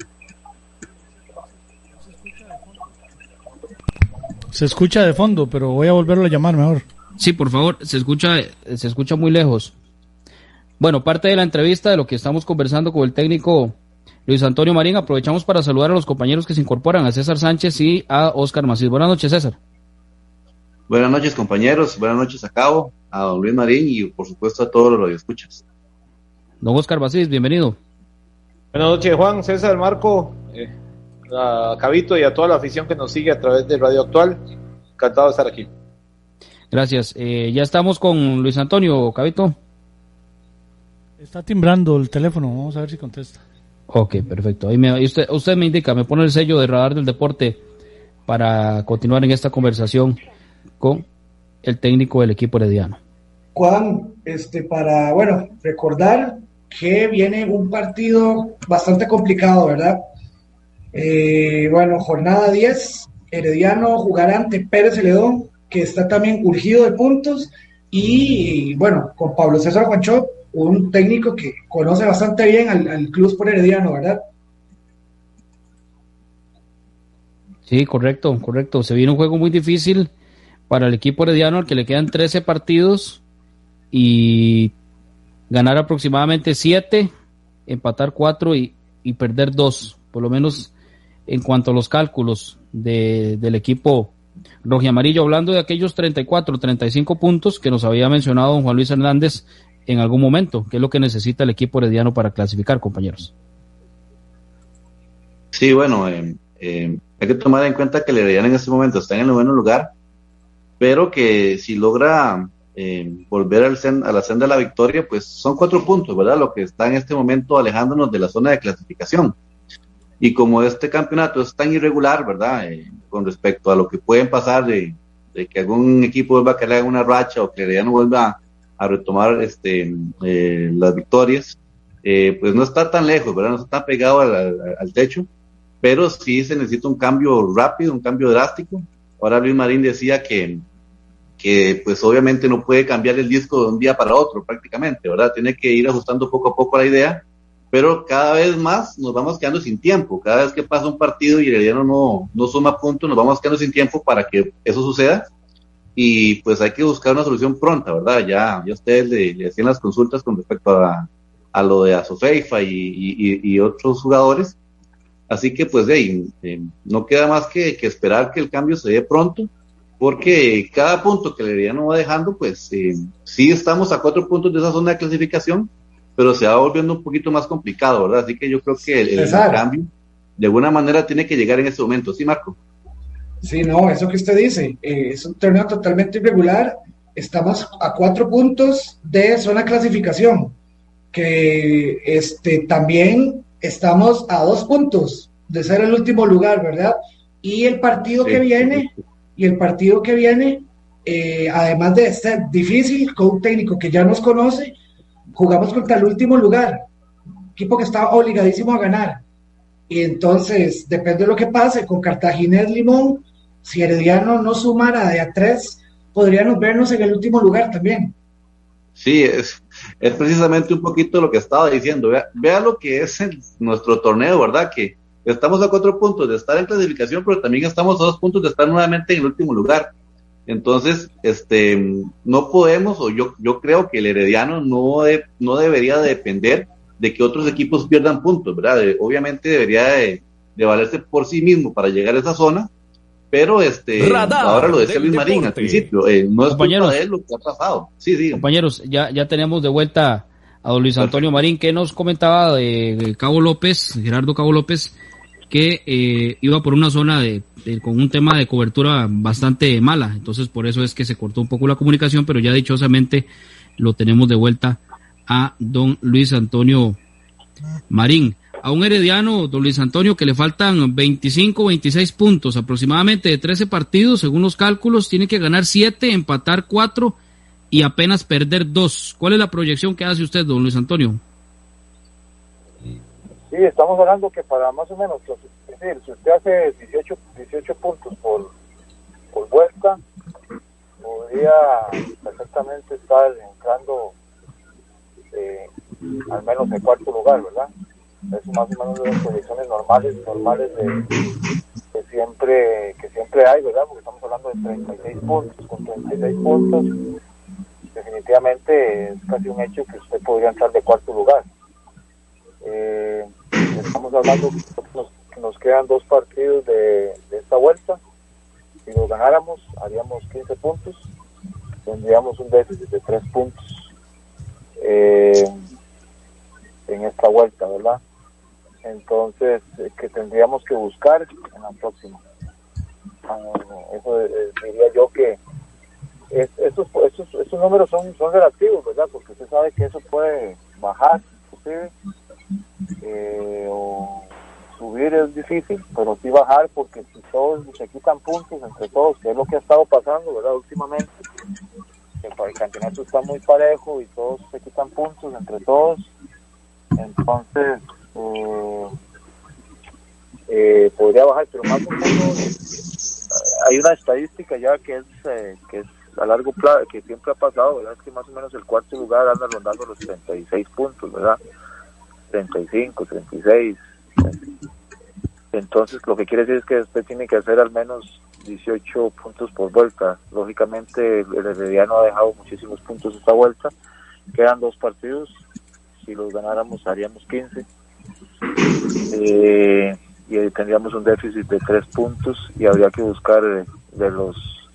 Se escucha de fondo, pero voy a volverlo a llamar mejor. Sí, por favor, se escucha muy lejos. Bueno, parte de la entrevista de lo que estamos conversando con el técnico Luis Antonio Marín, aprovechamos para saludar a los compañeros que se incorporan, a César Sánchez y a Oscar Macís. Buenas noches, César. Buenas noches, compañeros. Buenas noches a Cabo, a don Luis Marín y, por supuesto, a todos los radioescuchas. Don Oscar Macís, bienvenido. Buenas noches, Juan, César, Marco, a Cabito y a toda la afición que nos sigue a través de Radio Actual. Encantado de estar aquí. Gracias. Ya estamos con Luis Antonio, Cabito. Está timbrando el teléfono, vamos a ver si contesta. Ok, perfecto. Ahí usted me indica, me pone el sello de Radar del Deporte para continuar en esta conversación con el técnico del equipo herediano. Juan, para recordar que viene un partido bastante complicado, ¿verdad? Jornada 10, Herediano jugará ante Pérez Celedón, que está también urgido de puntos, y con Pablo César Juancho, un técnico que conoce bastante bien al Club Sport Herediano, ¿verdad? Sí, correcto. Se viene un juego muy difícil para el equipo herediano, al que le quedan 13 partidos y ganar aproximadamente 7, empatar 4 y perder 2, por lo menos en cuanto a los cálculos del equipo rojiamarillo, hablando de aquellos 34, 35 puntos que nos había mencionado don Juan Luis Hernández en algún momento, que es lo que necesita el equipo herediano para clasificar, compañeros. Sí, hay que tomar en cuenta que el Herediano en este momento está en el 9º lugar, pero que si logra volver a la senda de la victoria, pues son 4 puntos, ¿verdad? Lo que está en este momento alejándonos de la zona de clasificación. Y como este campeonato es tan irregular, ¿verdad? Con respecto a lo que pueden pasar de que algún equipo vuelva a caer en una racha o que el Herediano vuelva a retomar las victorias, pues no está tan lejos, ¿verdad? No está tan pegado al techo, pero sí se necesita un cambio rápido, un cambio drástico. Ahora Luis Marín decía que pues obviamente no puede cambiar el disco de un día para otro prácticamente, ¿verdad? Tiene que ir ajustando poco a poco la idea, pero cada vez más nos vamos quedando sin tiempo. Cada vez que pasa un partido y el Herediano no suma puntos, nos vamos quedando sin tiempo para que eso suceda, y pues hay que buscar una solución pronta, ¿verdad? Ya ustedes le hacían las consultas con respecto a lo de Azofeifa y otros jugadores, así que pues no queda más que esperar que el cambio se dé pronto, porque cada punto que el Herediano va dejando, pues sí estamos a 4 puntos de esa zona de clasificación, pero se va volviendo un poquito más complicado, ¿verdad? Así que yo creo que el cambio de alguna manera tiene que llegar en ese momento, ¿sí, Marco? Sí, no, eso que usted dice, es un torneo totalmente irregular, estamos a 4 puntos de zona de clasificación, que también estamos a 2 puntos de ser el último lugar, ¿verdad? Y el partido que viene, además de ser difícil, con un técnico que ya nos conoce, jugamos contra el último lugar, equipo que está obligadísimo a ganar. Y entonces, depende de lo que pase con Cartaginés Limón, si Herediano no sumara de a 3, podríamos vernos en el último lugar también. Sí, es precisamente un poquito lo que estaba diciendo. Vea lo que es nuestro torneo, ¿verdad? Que estamos a 4 puntos de estar en clasificación, pero también estamos a 2 puntos de estar nuevamente en el último lugar. Entonces, no podemos, o yo creo que el Herediano no debería depender de que otros equipos pierdan puntos, ¿verdad? Obviamente debería de valerse por sí mismo para llegar a esa zona, pero ahora lo decía Luis Marín al principio, no es culpa de él lo que ha pasado. Sí. Compañeros, ya tenemos de vuelta a don Luis Antonio Marín, que nos comentaba de Cabo López, Gerardo Cabo López, que iba por una zona con un tema de cobertura bastante mala, entonces por eso es que se cortó un poco la comunicación, pero ya dichosamente lo tenemos de vuelta a don Luis Antonio Marín. A un Herediano, don Luis Antonio, que le faltan 25, 26 puntos aproximadamente de 13 partidos, según los cálculos, tiene que ganar 7, empatar 4 y apenas perder 2. ¿Cuál es la proyección que hace usted, don Luis Antonio? Sí, estamos hablando que para más o menos, es decir, si usted hace 18 puntos por vuelta, podría perfectamente estar entrando al menos en cuarto lugar, ¿verdad? Es más o menos de las proyecciones normales que siempre hay, ¿verdad? Porque estamos hablando de 36 puntos, con 36 puntos definitivamente es casi un hecho que usted podría entrar de cuarto lugar. Estamos hablando que nos quedan 2 partidos de esta vuelta. Si los ganáramos, haríamos 15 puntos, tendríamos un déficit de 3 puntos en esta vuelta, ¿verdad? Entonces, que tendríamos que buscar en la próxima. Eso diría yo que estos números son relativos, ¿verdad? Porque usted sabe que eso puede bajar, inclusive, o subir es difícil, pero sí bajar, porque si todos se quitan puntos entre todos, que es lo que ha estado pasando, ¿verdad? Últimamente, el campeonato está muy parejo y todos se quitan puntos entre todos, entonces podría bajar, pero más o menos hay una estadística ya que es a largo plazo, que siempre ha pasado, ¿verdad? Es que más o menos el cuarto lugar anda rondando los 36 puntos, ¿verdad? 35, 36. Entonces, lo que quiere decir es que usted tiene que hacer al menos 18 puntos por vuelta. Lógicamente, el Herediano ha dejado muchísimos puntos esta vuelta. Quedan 2 partidos. Si los ganáramos, haríamos 15. Y ahí tendríamos un déficit de 3 puntos y habría que buscar de los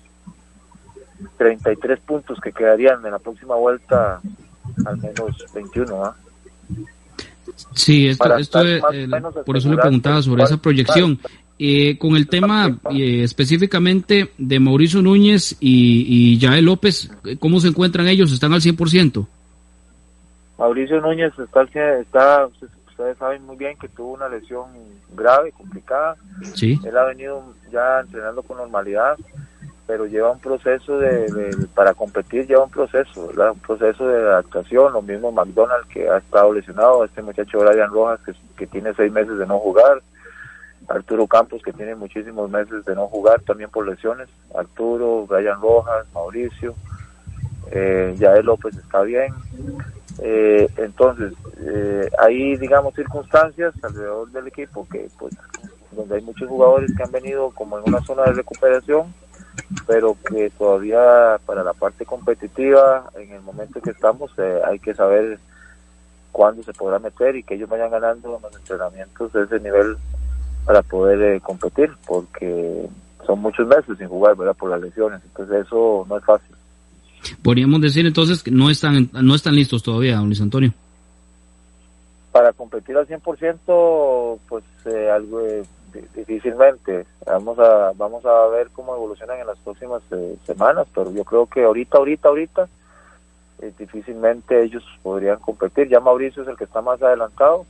33 puntos que quedarían en la próxima vuelta, al menos 21, ¿ah? Sí, por eso le preguntaba sobre esa proyección. Con el tema específicamente de Mauricio Núñez y Yael López, ¿cómo se encuentran ellos? ¿Están al 100%? Mauricio Núñez está, ustedes saben muy bien que tuvo una lesión grave, complicada. Sí. Él ha venido ya entrenando con normalidad, pero lleva un proceso para competir, lleva un proceso, ¿verdad? Un proceso de adaptación. Lo mismo McDonald, que ha estado lesionado, este muchacho Brian Rojas, que tiene 6 meses de no jugar, Arturo Campos, que tiene muchísimos meses de no jugar también por lesiones, Arturo, Brian Rojas, Mauricio, Yael López está bien. Entonces, hay, digamos, circunstancias alrededor del equipo que, pues, donde hay muchos jugadores que han venido como en una zona de recuperación, pero que todavía para la parte competitiva, en el momento que estamos, hay que saber cuándo se podrá meter y que ellos vayan ganando en los entrenamientos de ese nivel para poder competir, porque son muchos meses sin jugar, ¿verdad? Por las lesiones, entonces eso no es fácil. Podríamos decir entonces que no están listos todavía, don Luis Antonio. Para competir al 100%, pues algo difícilmente. Vamos a ver cómo evolucionan en las próximas semanas, pero yo creo que ahorita difícilmente ellos podrían competir. Ya Mauricio es el que está más adelantado,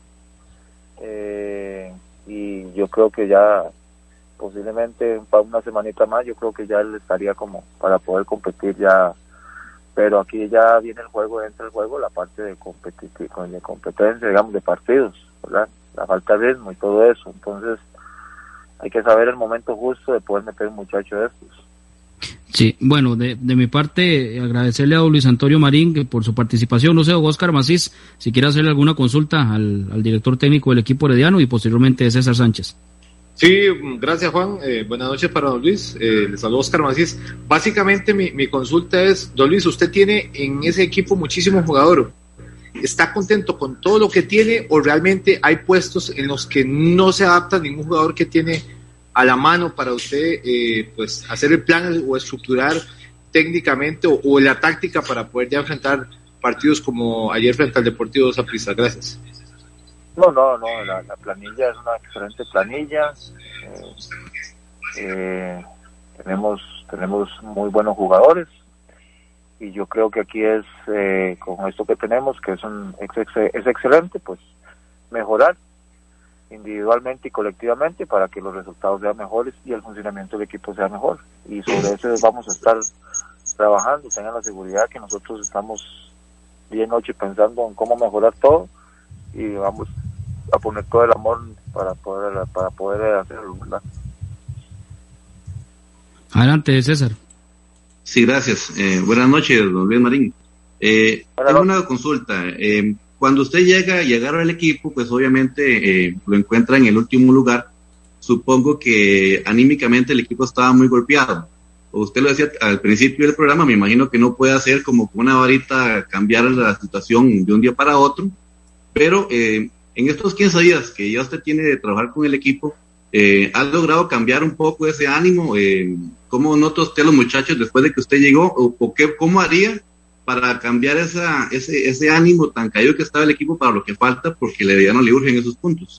y yo creo que ya posiblemente para una semanita más, yo creo que ya él estaría como para poder competir ya. Pero aquí ya viene el juego, entra el juego, la parte de competencia, digamos, de partidos, ¿verdad? La falta de ritmo y todo eso. Entonces, hay que saber el momento justo de poder meter un muchacho de estos. Sí, bueno, de mi parte, agradecerle a don Luis Antonio Marín que por su participación. No sé, Oscar Macís, si quiere hacerle alguna consulta al director técnico del equipo herediano y posteriormente César Sánchez. Sí, gracias Juan, buenas noches para don Luis, les saludo Oscar Macís. Básicamente mi consulta es, don Luis, usted tiene en ese equipo muchísimos jugadores, ¿está contento con todo lo que tiene o realmente hay puestos en los que no se adapta ningún jugador que tiene a la mano para usted pues hacer el plan o estructurar técnicamente o la táctica para poder ya enfrentar partidos como ayer frente al Deportivo Saprissa? Gracias. No, la planilla es una excelente planilla. Tenemos muy buenos jugadores y yo creo que aquí es con esto que tenemos, que es excelente, pues mejorar individualmente y colectivamente para que los resultados sean mejores y el funcionamiento del equipo sea mejor, y sobre eso vamos a estar trabajando. Tengan la seguridad que nosotros estamos día y noche pensando en cómo mejorar todo y vamos a poner todo el amor para poder hacerlo, ¿verdad? Adelante, César. Sí, gracias. Buenas noches, don Luis Marín. Tengo una consulta. Cuando usted llega y agarra el equipo, pues obviamente lo encuentra en el último lugar. Supongo que anímicamente el equipo estaba muy golpeado. Usted lo decía al principio del programa, me imagino que no puede hacer como con una varita cambiar la situación de un día para otro, pero en estos 15 días que ya usted tiene de trabajar con el equipo, ¿ha logrado cambiar un poco ese ánimo? ¿Cómo nota usted a los muchachos después de que usted llegó? ¿Cómo haría para cambiar ese ánimo tan caído que estaba el equipo para lo que falta, porque ya no le urgen esos puntos?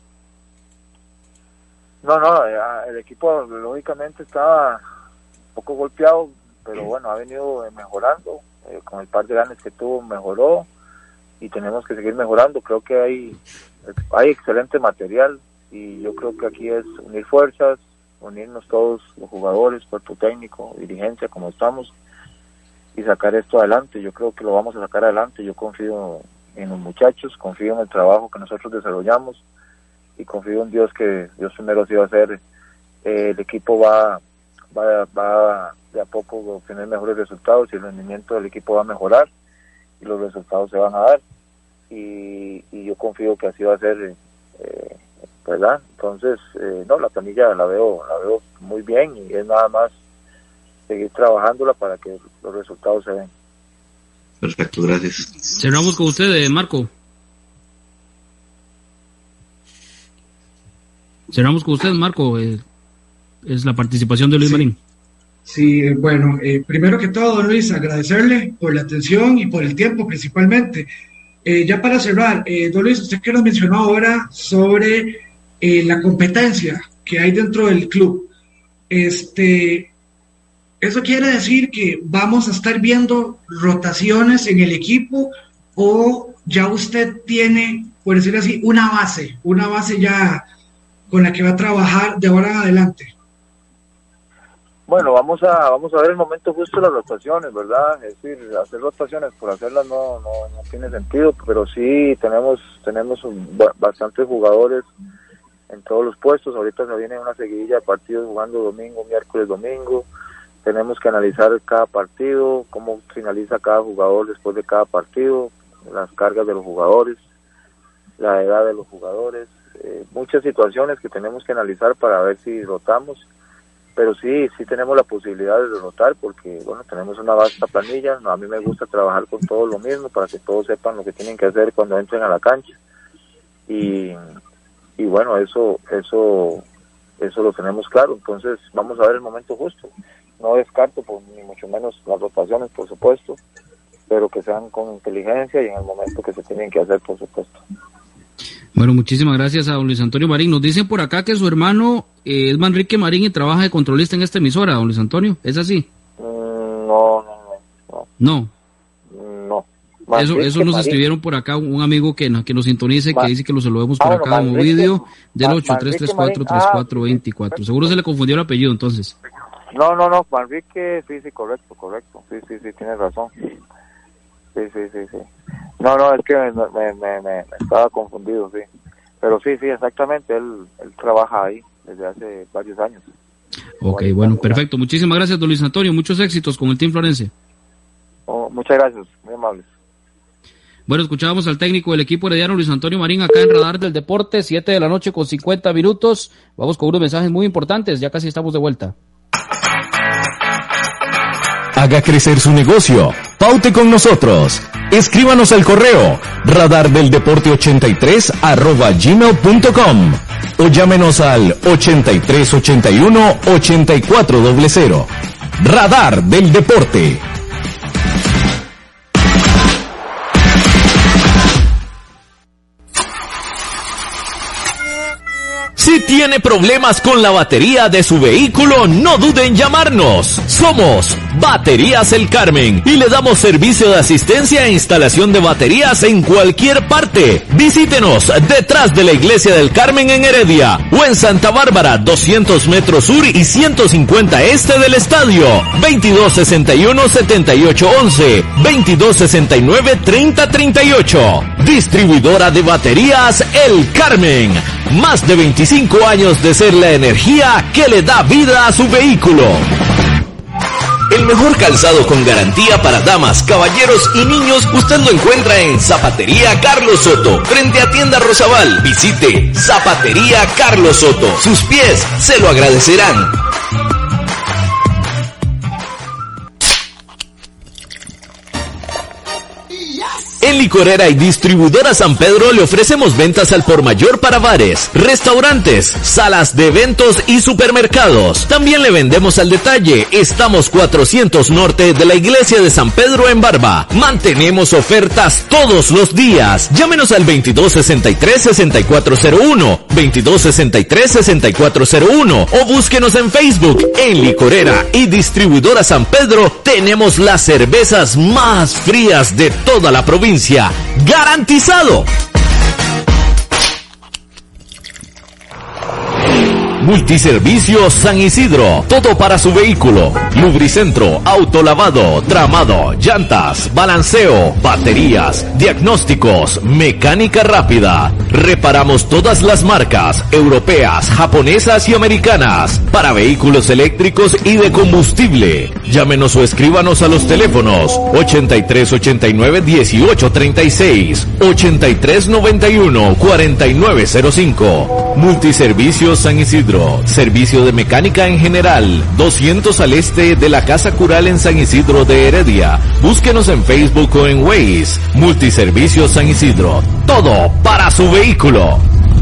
No, el equipo lógicamente estaba un poco golpeado, pero bueno, ha venido mejorando. Con el par de ganes que tuvo, mejoró, y tenemos que seguir mejorando. Creo que hay excelente material, y yo creo que aquí es unir fuerzas, unirnos todos los jugadores, cuerpo técnico, dirigencia, como estamos, y sacar esto adelante. Yo creo que lo vamos a sacar adelante. Yo confío en los muchachos, confío en el trabajo que nosotros desarrollamos, y confío en Dios, que Dios primero sí va a hacer. El equipo va de a poco a obtener mejores resultados, y el rendimiento del equipo va a mejorar y los resultados se van a dar, y yo confío que así va a ser, ¿verdad? Entonces, la planilla la veo muy bien, y es nada más seguir trabajándola para que los resultados se den. Perfecto, gracias. Cerramos con usted, Marco. Cerramos con usted, Marco. Es la participación de Luis Marín. Sí, bueno, primero que todo, don Luis, agradecerle por la atención y por el tiempo principalmente. Ya para cerrar, don Luis, usted que nos mencionó ahora sobre la competencia que hay dentro del club. ¿Eso quiere decir que vamos a estar viendo rotaciones en el equipo, o ya usted tiene, por decir así, una base ya con la que va a trabajar de ahora en adelante? Bueno, vamos a ver el momento justo de las rotaciones, ¿verdad? Es decir, hacer rotaciones por hacerlas no tiene sentido, pero sí tenemos bastantes jugadores en todos los puestos. Ahorita se viene una seguidilla de partidos jugando domingo, miércoles, domingo. Tenemos que analizar cada partido, cómo finaliza cada jugador después de cada partido, las cargas de los jugadores, la edad de los jugadores, muchas situaciones que tenemos que analizar para ver si rotamos. Pero sí tenemos la posibilidad de rotar, porque bueno, tenemos una vasta planilla. A mí me gusta trabajar con todos lo mismo, para que todos sepan lo que tienen que hacer cuando entren a la cancha, y bueno, eso lo tenemos claro. Entonces vamos a ver el momento justo. No descarto ni mucho menos las rotaciones, por supuesto, pero que sean con inteligencia y en el momento que se tienen que hacer, por supuesto. Bueno, muchísimas gracias a don Luis Antonio Marín. Nos dicen por acá que su hermano es Manrique Marín y trabaja de controlista en esta emisora, don Luis Antonio. ¿Es así? No. Eso nos escribieron por acá un amigo que nos sintonice, que dice que lo saludemos por acá como vídeo del 83343424. Seguro se le confundió el apellido entonces. No, Manrique, sí, correcto. Sí, tienes razón. Sí. No, es que me estaba confundido, sí. Pero sí, exactamente, él trabaja ahí desde hace varios años. Ok, bueno, perfecto. Muchísimas gracias, don Luis Antonio. Muchos éxitos con el Team Florense. Muchas gracias, muy amables. Bueno, escuchábamos al técnico del equipo herediano, Luis Antonio Marín, acá en Radar del Deporte, 7 de la noche con 50 minutos. Vamos con unos mensajes muy importantes, ya casi estamos de vuelta. Haga crecer su negocio. Paute con nosotros. Escríbanos al correo radardeldeporte83@gmail.com o llámenos al 8381-8400. Radar del Deporte. Si tiene problemas con la batería de su vehículo, no dude en llamarnos. Somos Baterías El Carmen y le damos servicio de asistencia e instalación de baterías en cualquier parte. Visítenos detrás de la Iglesia del Carmen en Heredia o en Santa Bárbara, 200 metros sur y 150 este del estadio. 2261-7811, 2269-3038. Distribuidora de baterías El Carmen. Más de 25 años de ser la energía que le da vida a su vehículo. El mejor calzado con garantía para damas, caballeros y niños usted lo encuentra en Zapatería Carlos Soto, frente a Tienda Rosabal. Visite Zapatería Carlos Soto. Sus pies se lo agradecerán. En Licorera y Distribuidora San Pedro le ofrecemos ventas al por mayor para bares, restaurantes, salas de eventos y supermercados. También le vendemos al detalle. Estamos 400 norte de la Iglesia de San Pedro en Barba. Mantenemos ofertas todos los días. Llámenos al 2263-6401, 2263-6401 o búsquenos en Facebook. En Licorera y Distribuidora San Pedro tenemos las cervezas más frías de toda la provincia. ¡Garantizado! Multiservicios San Isidro, todo para su vehículo: lubricentro, autolavado, tramado, llantas, balanceo, baterías, diagnósticos, mecánica rápida. Reparamos todas las marcas europeas, japonesas y americanas para vehículos eléctricos y de combustible. Llámenos o escríbanos a los teléfonos 8389-1836, 8391-4905. Multiservicios San Isidro. Servicio de mecánica en general, 200 al este de la Casa Cural en San Isidro de Heredia. Búsquenos en Facebook o en Waze. Multiservicios San Isidro. Todo para su vehículo.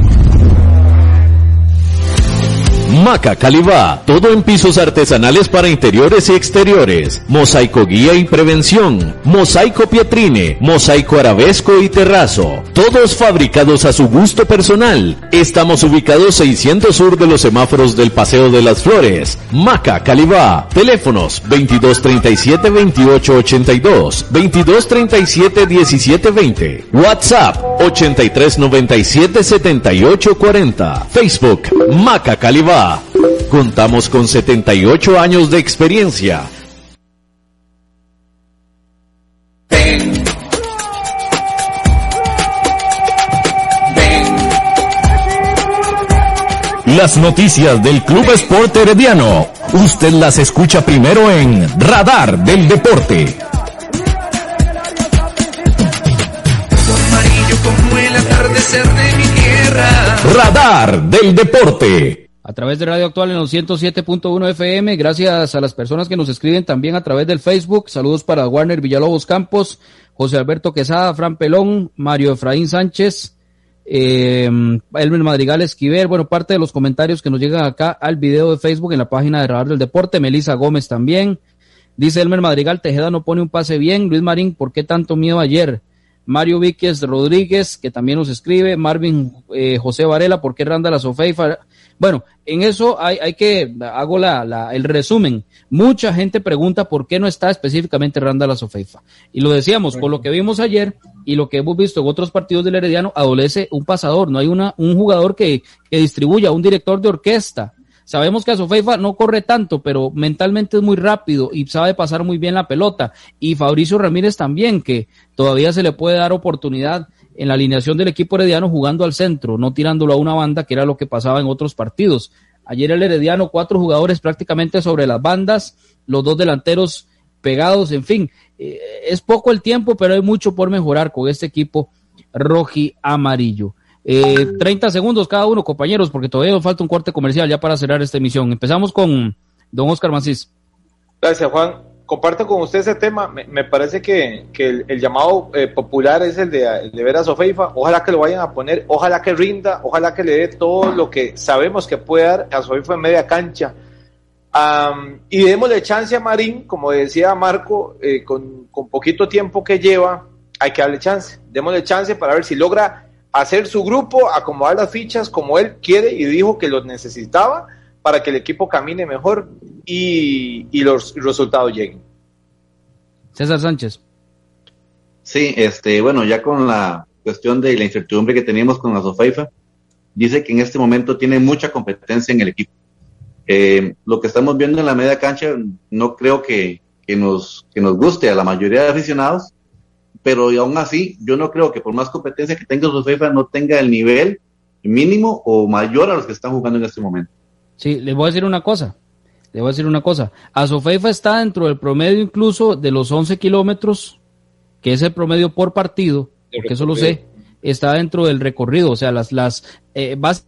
Maca Calibá, todo en pisos artesanales para interiores y exteriores, mosaico guía y prevención, mosaico pietrine, mosaico arabesco y terrazo, todos fabricados a su gusto personal. Estamos ubicados 600 sur de los semáforos del Paseo de las Flores. Maca Calibá, teléfonos 2237-2882, 2237-1720, WhatsApp 8397-7840, Facebook Maca Calibá. Contamos con 78 años de experiencia. Las noticias del Club Sport Herediano, usted las escucha primero en Radar del Deporte. Amarillo como el atardecer de mi tierra. Radar del Deporte. A través de Radio Actual en los 107.1 FM, gracias a las personas que nos escriben también a través del Facebook. Saludos para Warner Villalobos Campos, José Alberto Quesada, Fran Pelón, Mario Efraín Sánchez, Elmer Madrigal Esquivel. Bueno, parte de los comentarios que nos llegan acá al video de Facebook en la página de Radar del Deporte. Melissa Gómez también. Dice Elmer Madrigal, Tejeda no pone un pase bien. Luis Marín, ¿por qué tanto miedo ayer? Mario Víquez Rodríguez, que también nos escribe. Marvin José Varela, ¿por qué Randall Azofeifa? Bueno, en eso hago el resumen. Mucha gente pregunta por qué no está específicamente Randall Azofeifa. Y lo decíamos, por lo que vimos ayer y lo que hemos visto en otros partidos del Herediano, adolece un pasador, no hay un jugador que distribuya, un director de orquesta. Sabemos que Azofeifa no corre tanto, pero mentalmente es muy rápido y sabe pasar muy bien la pelota. Y Fabricio Ramírez también, que todavía se le puede dar oportunidad en la alineación del equipo herediano jugando al centro, no tirándolo a una banda, que era lo que pasaba en otros partidos. Ayer el Herediano, 4 jugadores prácticamente sobre las bandas, los 2 delanteros pegados, en fin. Es poco el tiempo, pero hay mucho por mejorar con este equipo roji amarillo. 30 segundos cada uno, compañeros, porque todavía nos falta un corte comercial ya para cerrar esta emisión. Empezamos con don Oscar Macís. Gracias, Juan. Comparto con usted ese tema. Me parece que el llamado popular es el de ver a Azofeifa. Ojalá que lo vayan a poner, ojalá que rinda, ojalá que le dé todo lo que sabemos que puede dar a Azofeifa en media cancha. Y démosle chance a Marín, como decía Marco, con poquito tiempo que lleva, hay que darle chance. Démosle chance para ver si logra hacer su grupo, acomodar las fichas como él quiere y dijo que los necesitaba para que el equipo camine mejor y los resultados lleguen. César Sánchez. Sí, bueno, ya con la cuestión de la incertidumbre que teníamos con la Sofeifa, dice que en este momento tiene mucha competencia en el equipo. Lo que estamos viendo en la media cancha no creo que nos guste a la mayoría de aficionados, pero aún así yo no creo que por más competencia que tenga Sofeifa no tenga el nivel mínimo o mayor a los que están jugando en este momento. Sí, les voy a decir una cosa. Sofeifa está dentro del promedio incluso de los 11 kilómetros, que es el promedio por partido, porque eso lo sé, está dentro del recorrido, o sea, las bases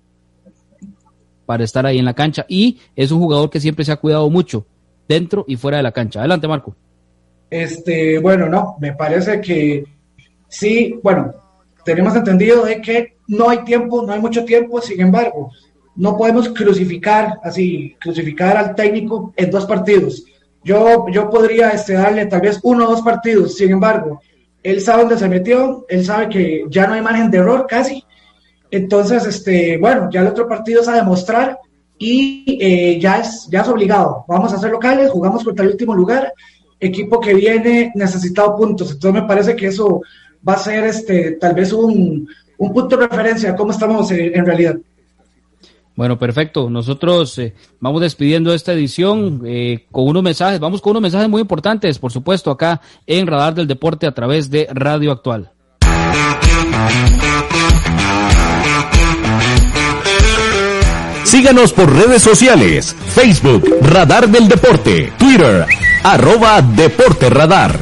para estar ahí en la cancha, y es un jugador que siempre se ha cuidado mucho, dentro y fuera de la cancha. Adelante, Marco. Bueno, no, me parece que sí, bueno, tenemos entendido de que no hay mucho tiempo, sin embargo, no podemos crucificar al técnico en 2 partidos. Yo podría darle tal vez 1 o 2 partidos, sin embargo, él sabe dónde se metió, él sabe que ya no hay margen de error casi, entonces, bueno, ya el otro partido es a demostrar y ya es obligado. Vamos a ser locales, jugamos contra el último lugar, equipo que viene necesitado puntos, entonces me parece que eso va a ser tal vez un punto de referencia a cómo estamos en realidad. Bueno, perfecto. Nosotros vamos despidiendo esta edición con unos mensajes. Vamos con unos mensajes muy importantes, por supuesto, acá en Radar del Deporte a través de Radio Actual. Síganos por redes sociales: Facebook, Radar del Deporte, Twitter, @Deporte Radar.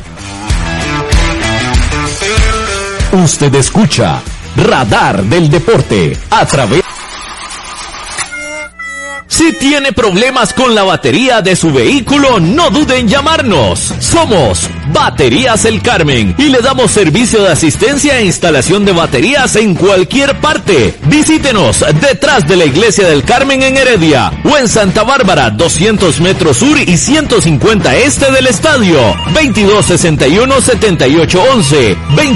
Usted escucha Radar del Deporte a través... Si tiene problemas con la batería de su vehículo, no dude en llamarnos. Somos Baterías El Carmen y le damos servicio de asistencia e instalación de baterías en cualquier parte. Visítenos detrás de la Iglesia del Carmen en Heredia o en Santa Bárbara, 200 metros sur y 150 este del estadio. 2261-7811,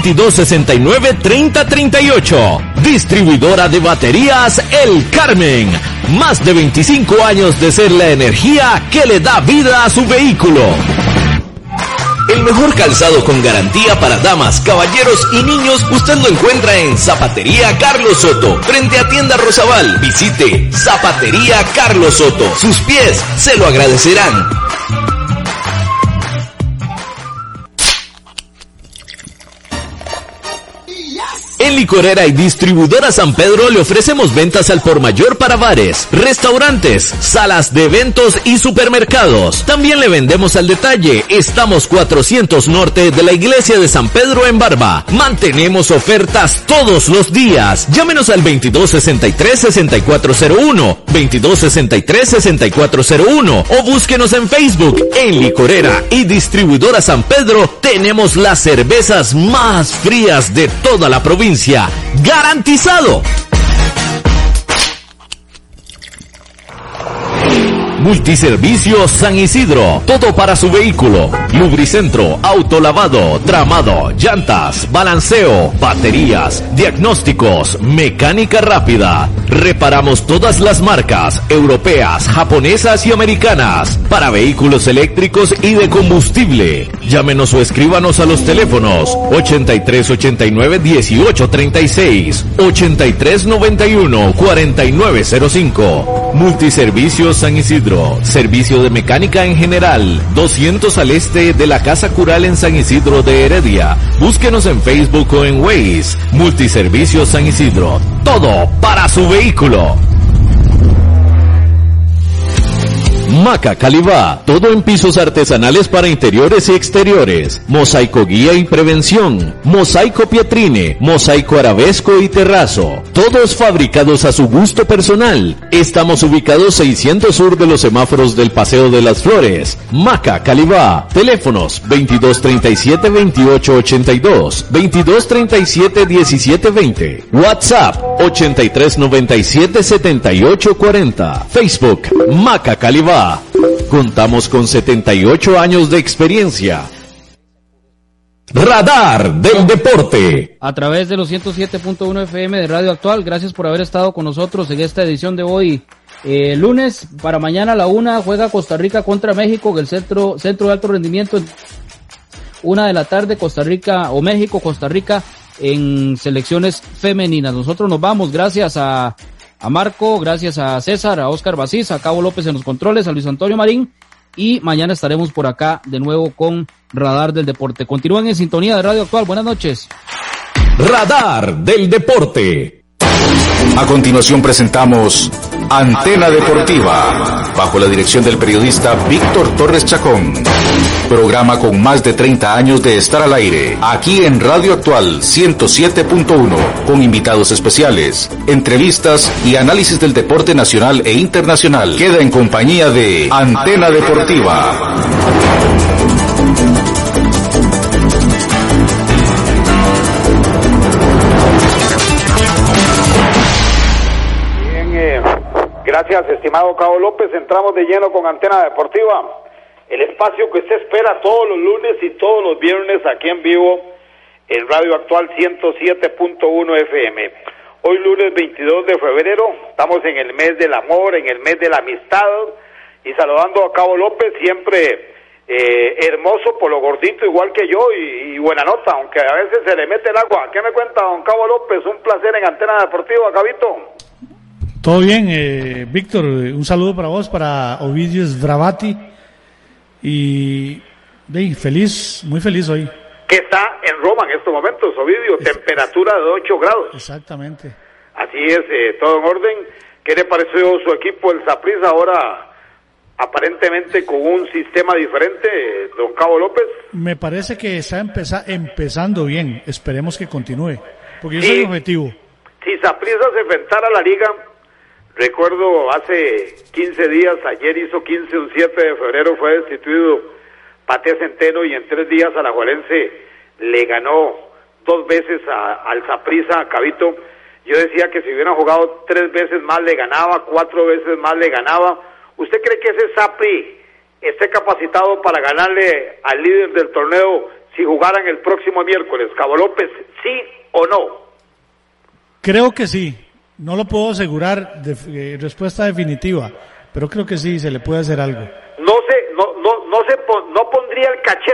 2269-3038. Distribuidora de baterías El Carmen. Más de 25 años de ser la energía que le da vida a su vehículo. El mejor calzado con garantía para damas, caballeros y niños usted lo encuentra en Zapatería Carlos Soto, frente a Tienda Rosabal. Visite Zapatería Carlos Soto. Sus pies se lo agradecerán. En Licorera y Distribuidora San Pedro le ofrecemos ventas al por mayor para bares, restaurantes, salas de eventos y supermercados. También le vendemos al detalle. Estamos 400 norte de la Iglesia de San Pedro en Barba. Mantenemos ofertas todos los días. Llámenos al 2263-6401, 2263-6401 o búsquenos en Facebook. En Licorera y Distribuidora San Pedro tenemos las cervezas más frías de toda la provincia. ¡Garantizado! Multiservicios San Isidro, todo para su vehículo: lubricentro, autolavado, tramado, llantas, balanceo, baterías, diagnósticos, mecánica rápida. Reparamos todas las marcas europeas, japonesas y americanas para vehículos eléctricos y de combustible. Llámenos o escríbanos a los teléfonos 8389-1836, 8391-4905. Multiservicios San Isidro. Servicio de mecánica en general, 200 al este de la Casa Cural en San Isidro de Heredia. Búsquenos en Facebook o en Waze. Multiservicios San Isidro. Todo para su vehículo. Maca Calibá, todo en pisos artesanales para interiores y exteriores, mosaico guía y prevención, mosaico Pietrine, mosaico arabesco y terrazo, todos fabricados a su gusto personal. Estamos ubicados 600 sur de los semáforos del Paseo de las Flores. Maca Calibá, teléfonos 2237-2882, 2237-1720, WhatsApp 8397-7840, Facebook Maca Calibá. Contamos con 78 años de experiencia. Radar del Deporte. A través de los 107.1 FM de Radio Actual, gracias por haber estado con nosotros en esta edición de hoy. Lunes, para mañana a la 1 juega Costa Rica contra México en el centro de alto rendimiento. 1 de la tarde, Costa Rica o México, Costa Rica en selecciones femeninas. Nosotros nos vamos, gracias a Marco, gracias a César, a Oscar Basís, a Cabo López en los controles, a Luis Antonio Marín, y mañana estaremos por acá de nuevo con Radar del Deporte. Continúen en sintonía de Radio Actual. Buenas noches. Radar del Deporte. A continuación presentamos Antena Deportiva, bajo la dirección del periodista Víctor Torres Chacón. Programa con más de 30 años de estar al aire, aquí en Radio Actual 107.1, con invitados especiales, entrevistas y análisis del deporte nacional e internacional. Queda en compañía de Antena Deportiva. Gracias, estimado Cabo López. Entramos de lleno con Antena Deportiva, el espacio que usted espera todos los lunes y todos los viernes aquí en vivo en Radio Actual 107.1 FM. Hoy lunes 22 de febrero, estamos en el mes del amor, en el mes de la amistad, y saludando a Cabo López, siempre hermoso por lo gordito, igual que yo, y buena nota, aunque a veces se le mete el agua. ¿Qué me cuenta don Cabo López? Un placer en Antena Deportiva, Cabito. Todo bien, Víctor, un saludo para vos, para Ovidio Sbravati, y feliz, muy feliz hoy. Que está en Roma en estos momentos, Ovidio, temperatura de 8 grados. Exactamente. Así es, todo en orden. ¿Qué le pareció su equipo, el Saprissa, ahora aparentemente con un sistema diferente, don Cabo López? Me parece que está empezando bien, esperemos que continúe, porque ese es el objetivo. Si Saprissa se enfrentara a la liga, recuerdo hace 15 días, ayer hizo 15, un 7 de febrero fue destituido Pate Centeno, y en 3 días Alajuelense le ganó 2 veces al Saprissa, Cabito. Yo decía que si hubieran jugado 3 veces más le ganaba, 4 veces más le ganaba. ¿Usted cree que ese Sapri esté capacitado para ganarle al líder del torneo si jugaran el próximo miércoles, Cabo López, sí o no? Creo que sí. No lo puedo asegurar respuesta definitiva, pero creo que sí, se le puede hacer algo. No pondría el cachete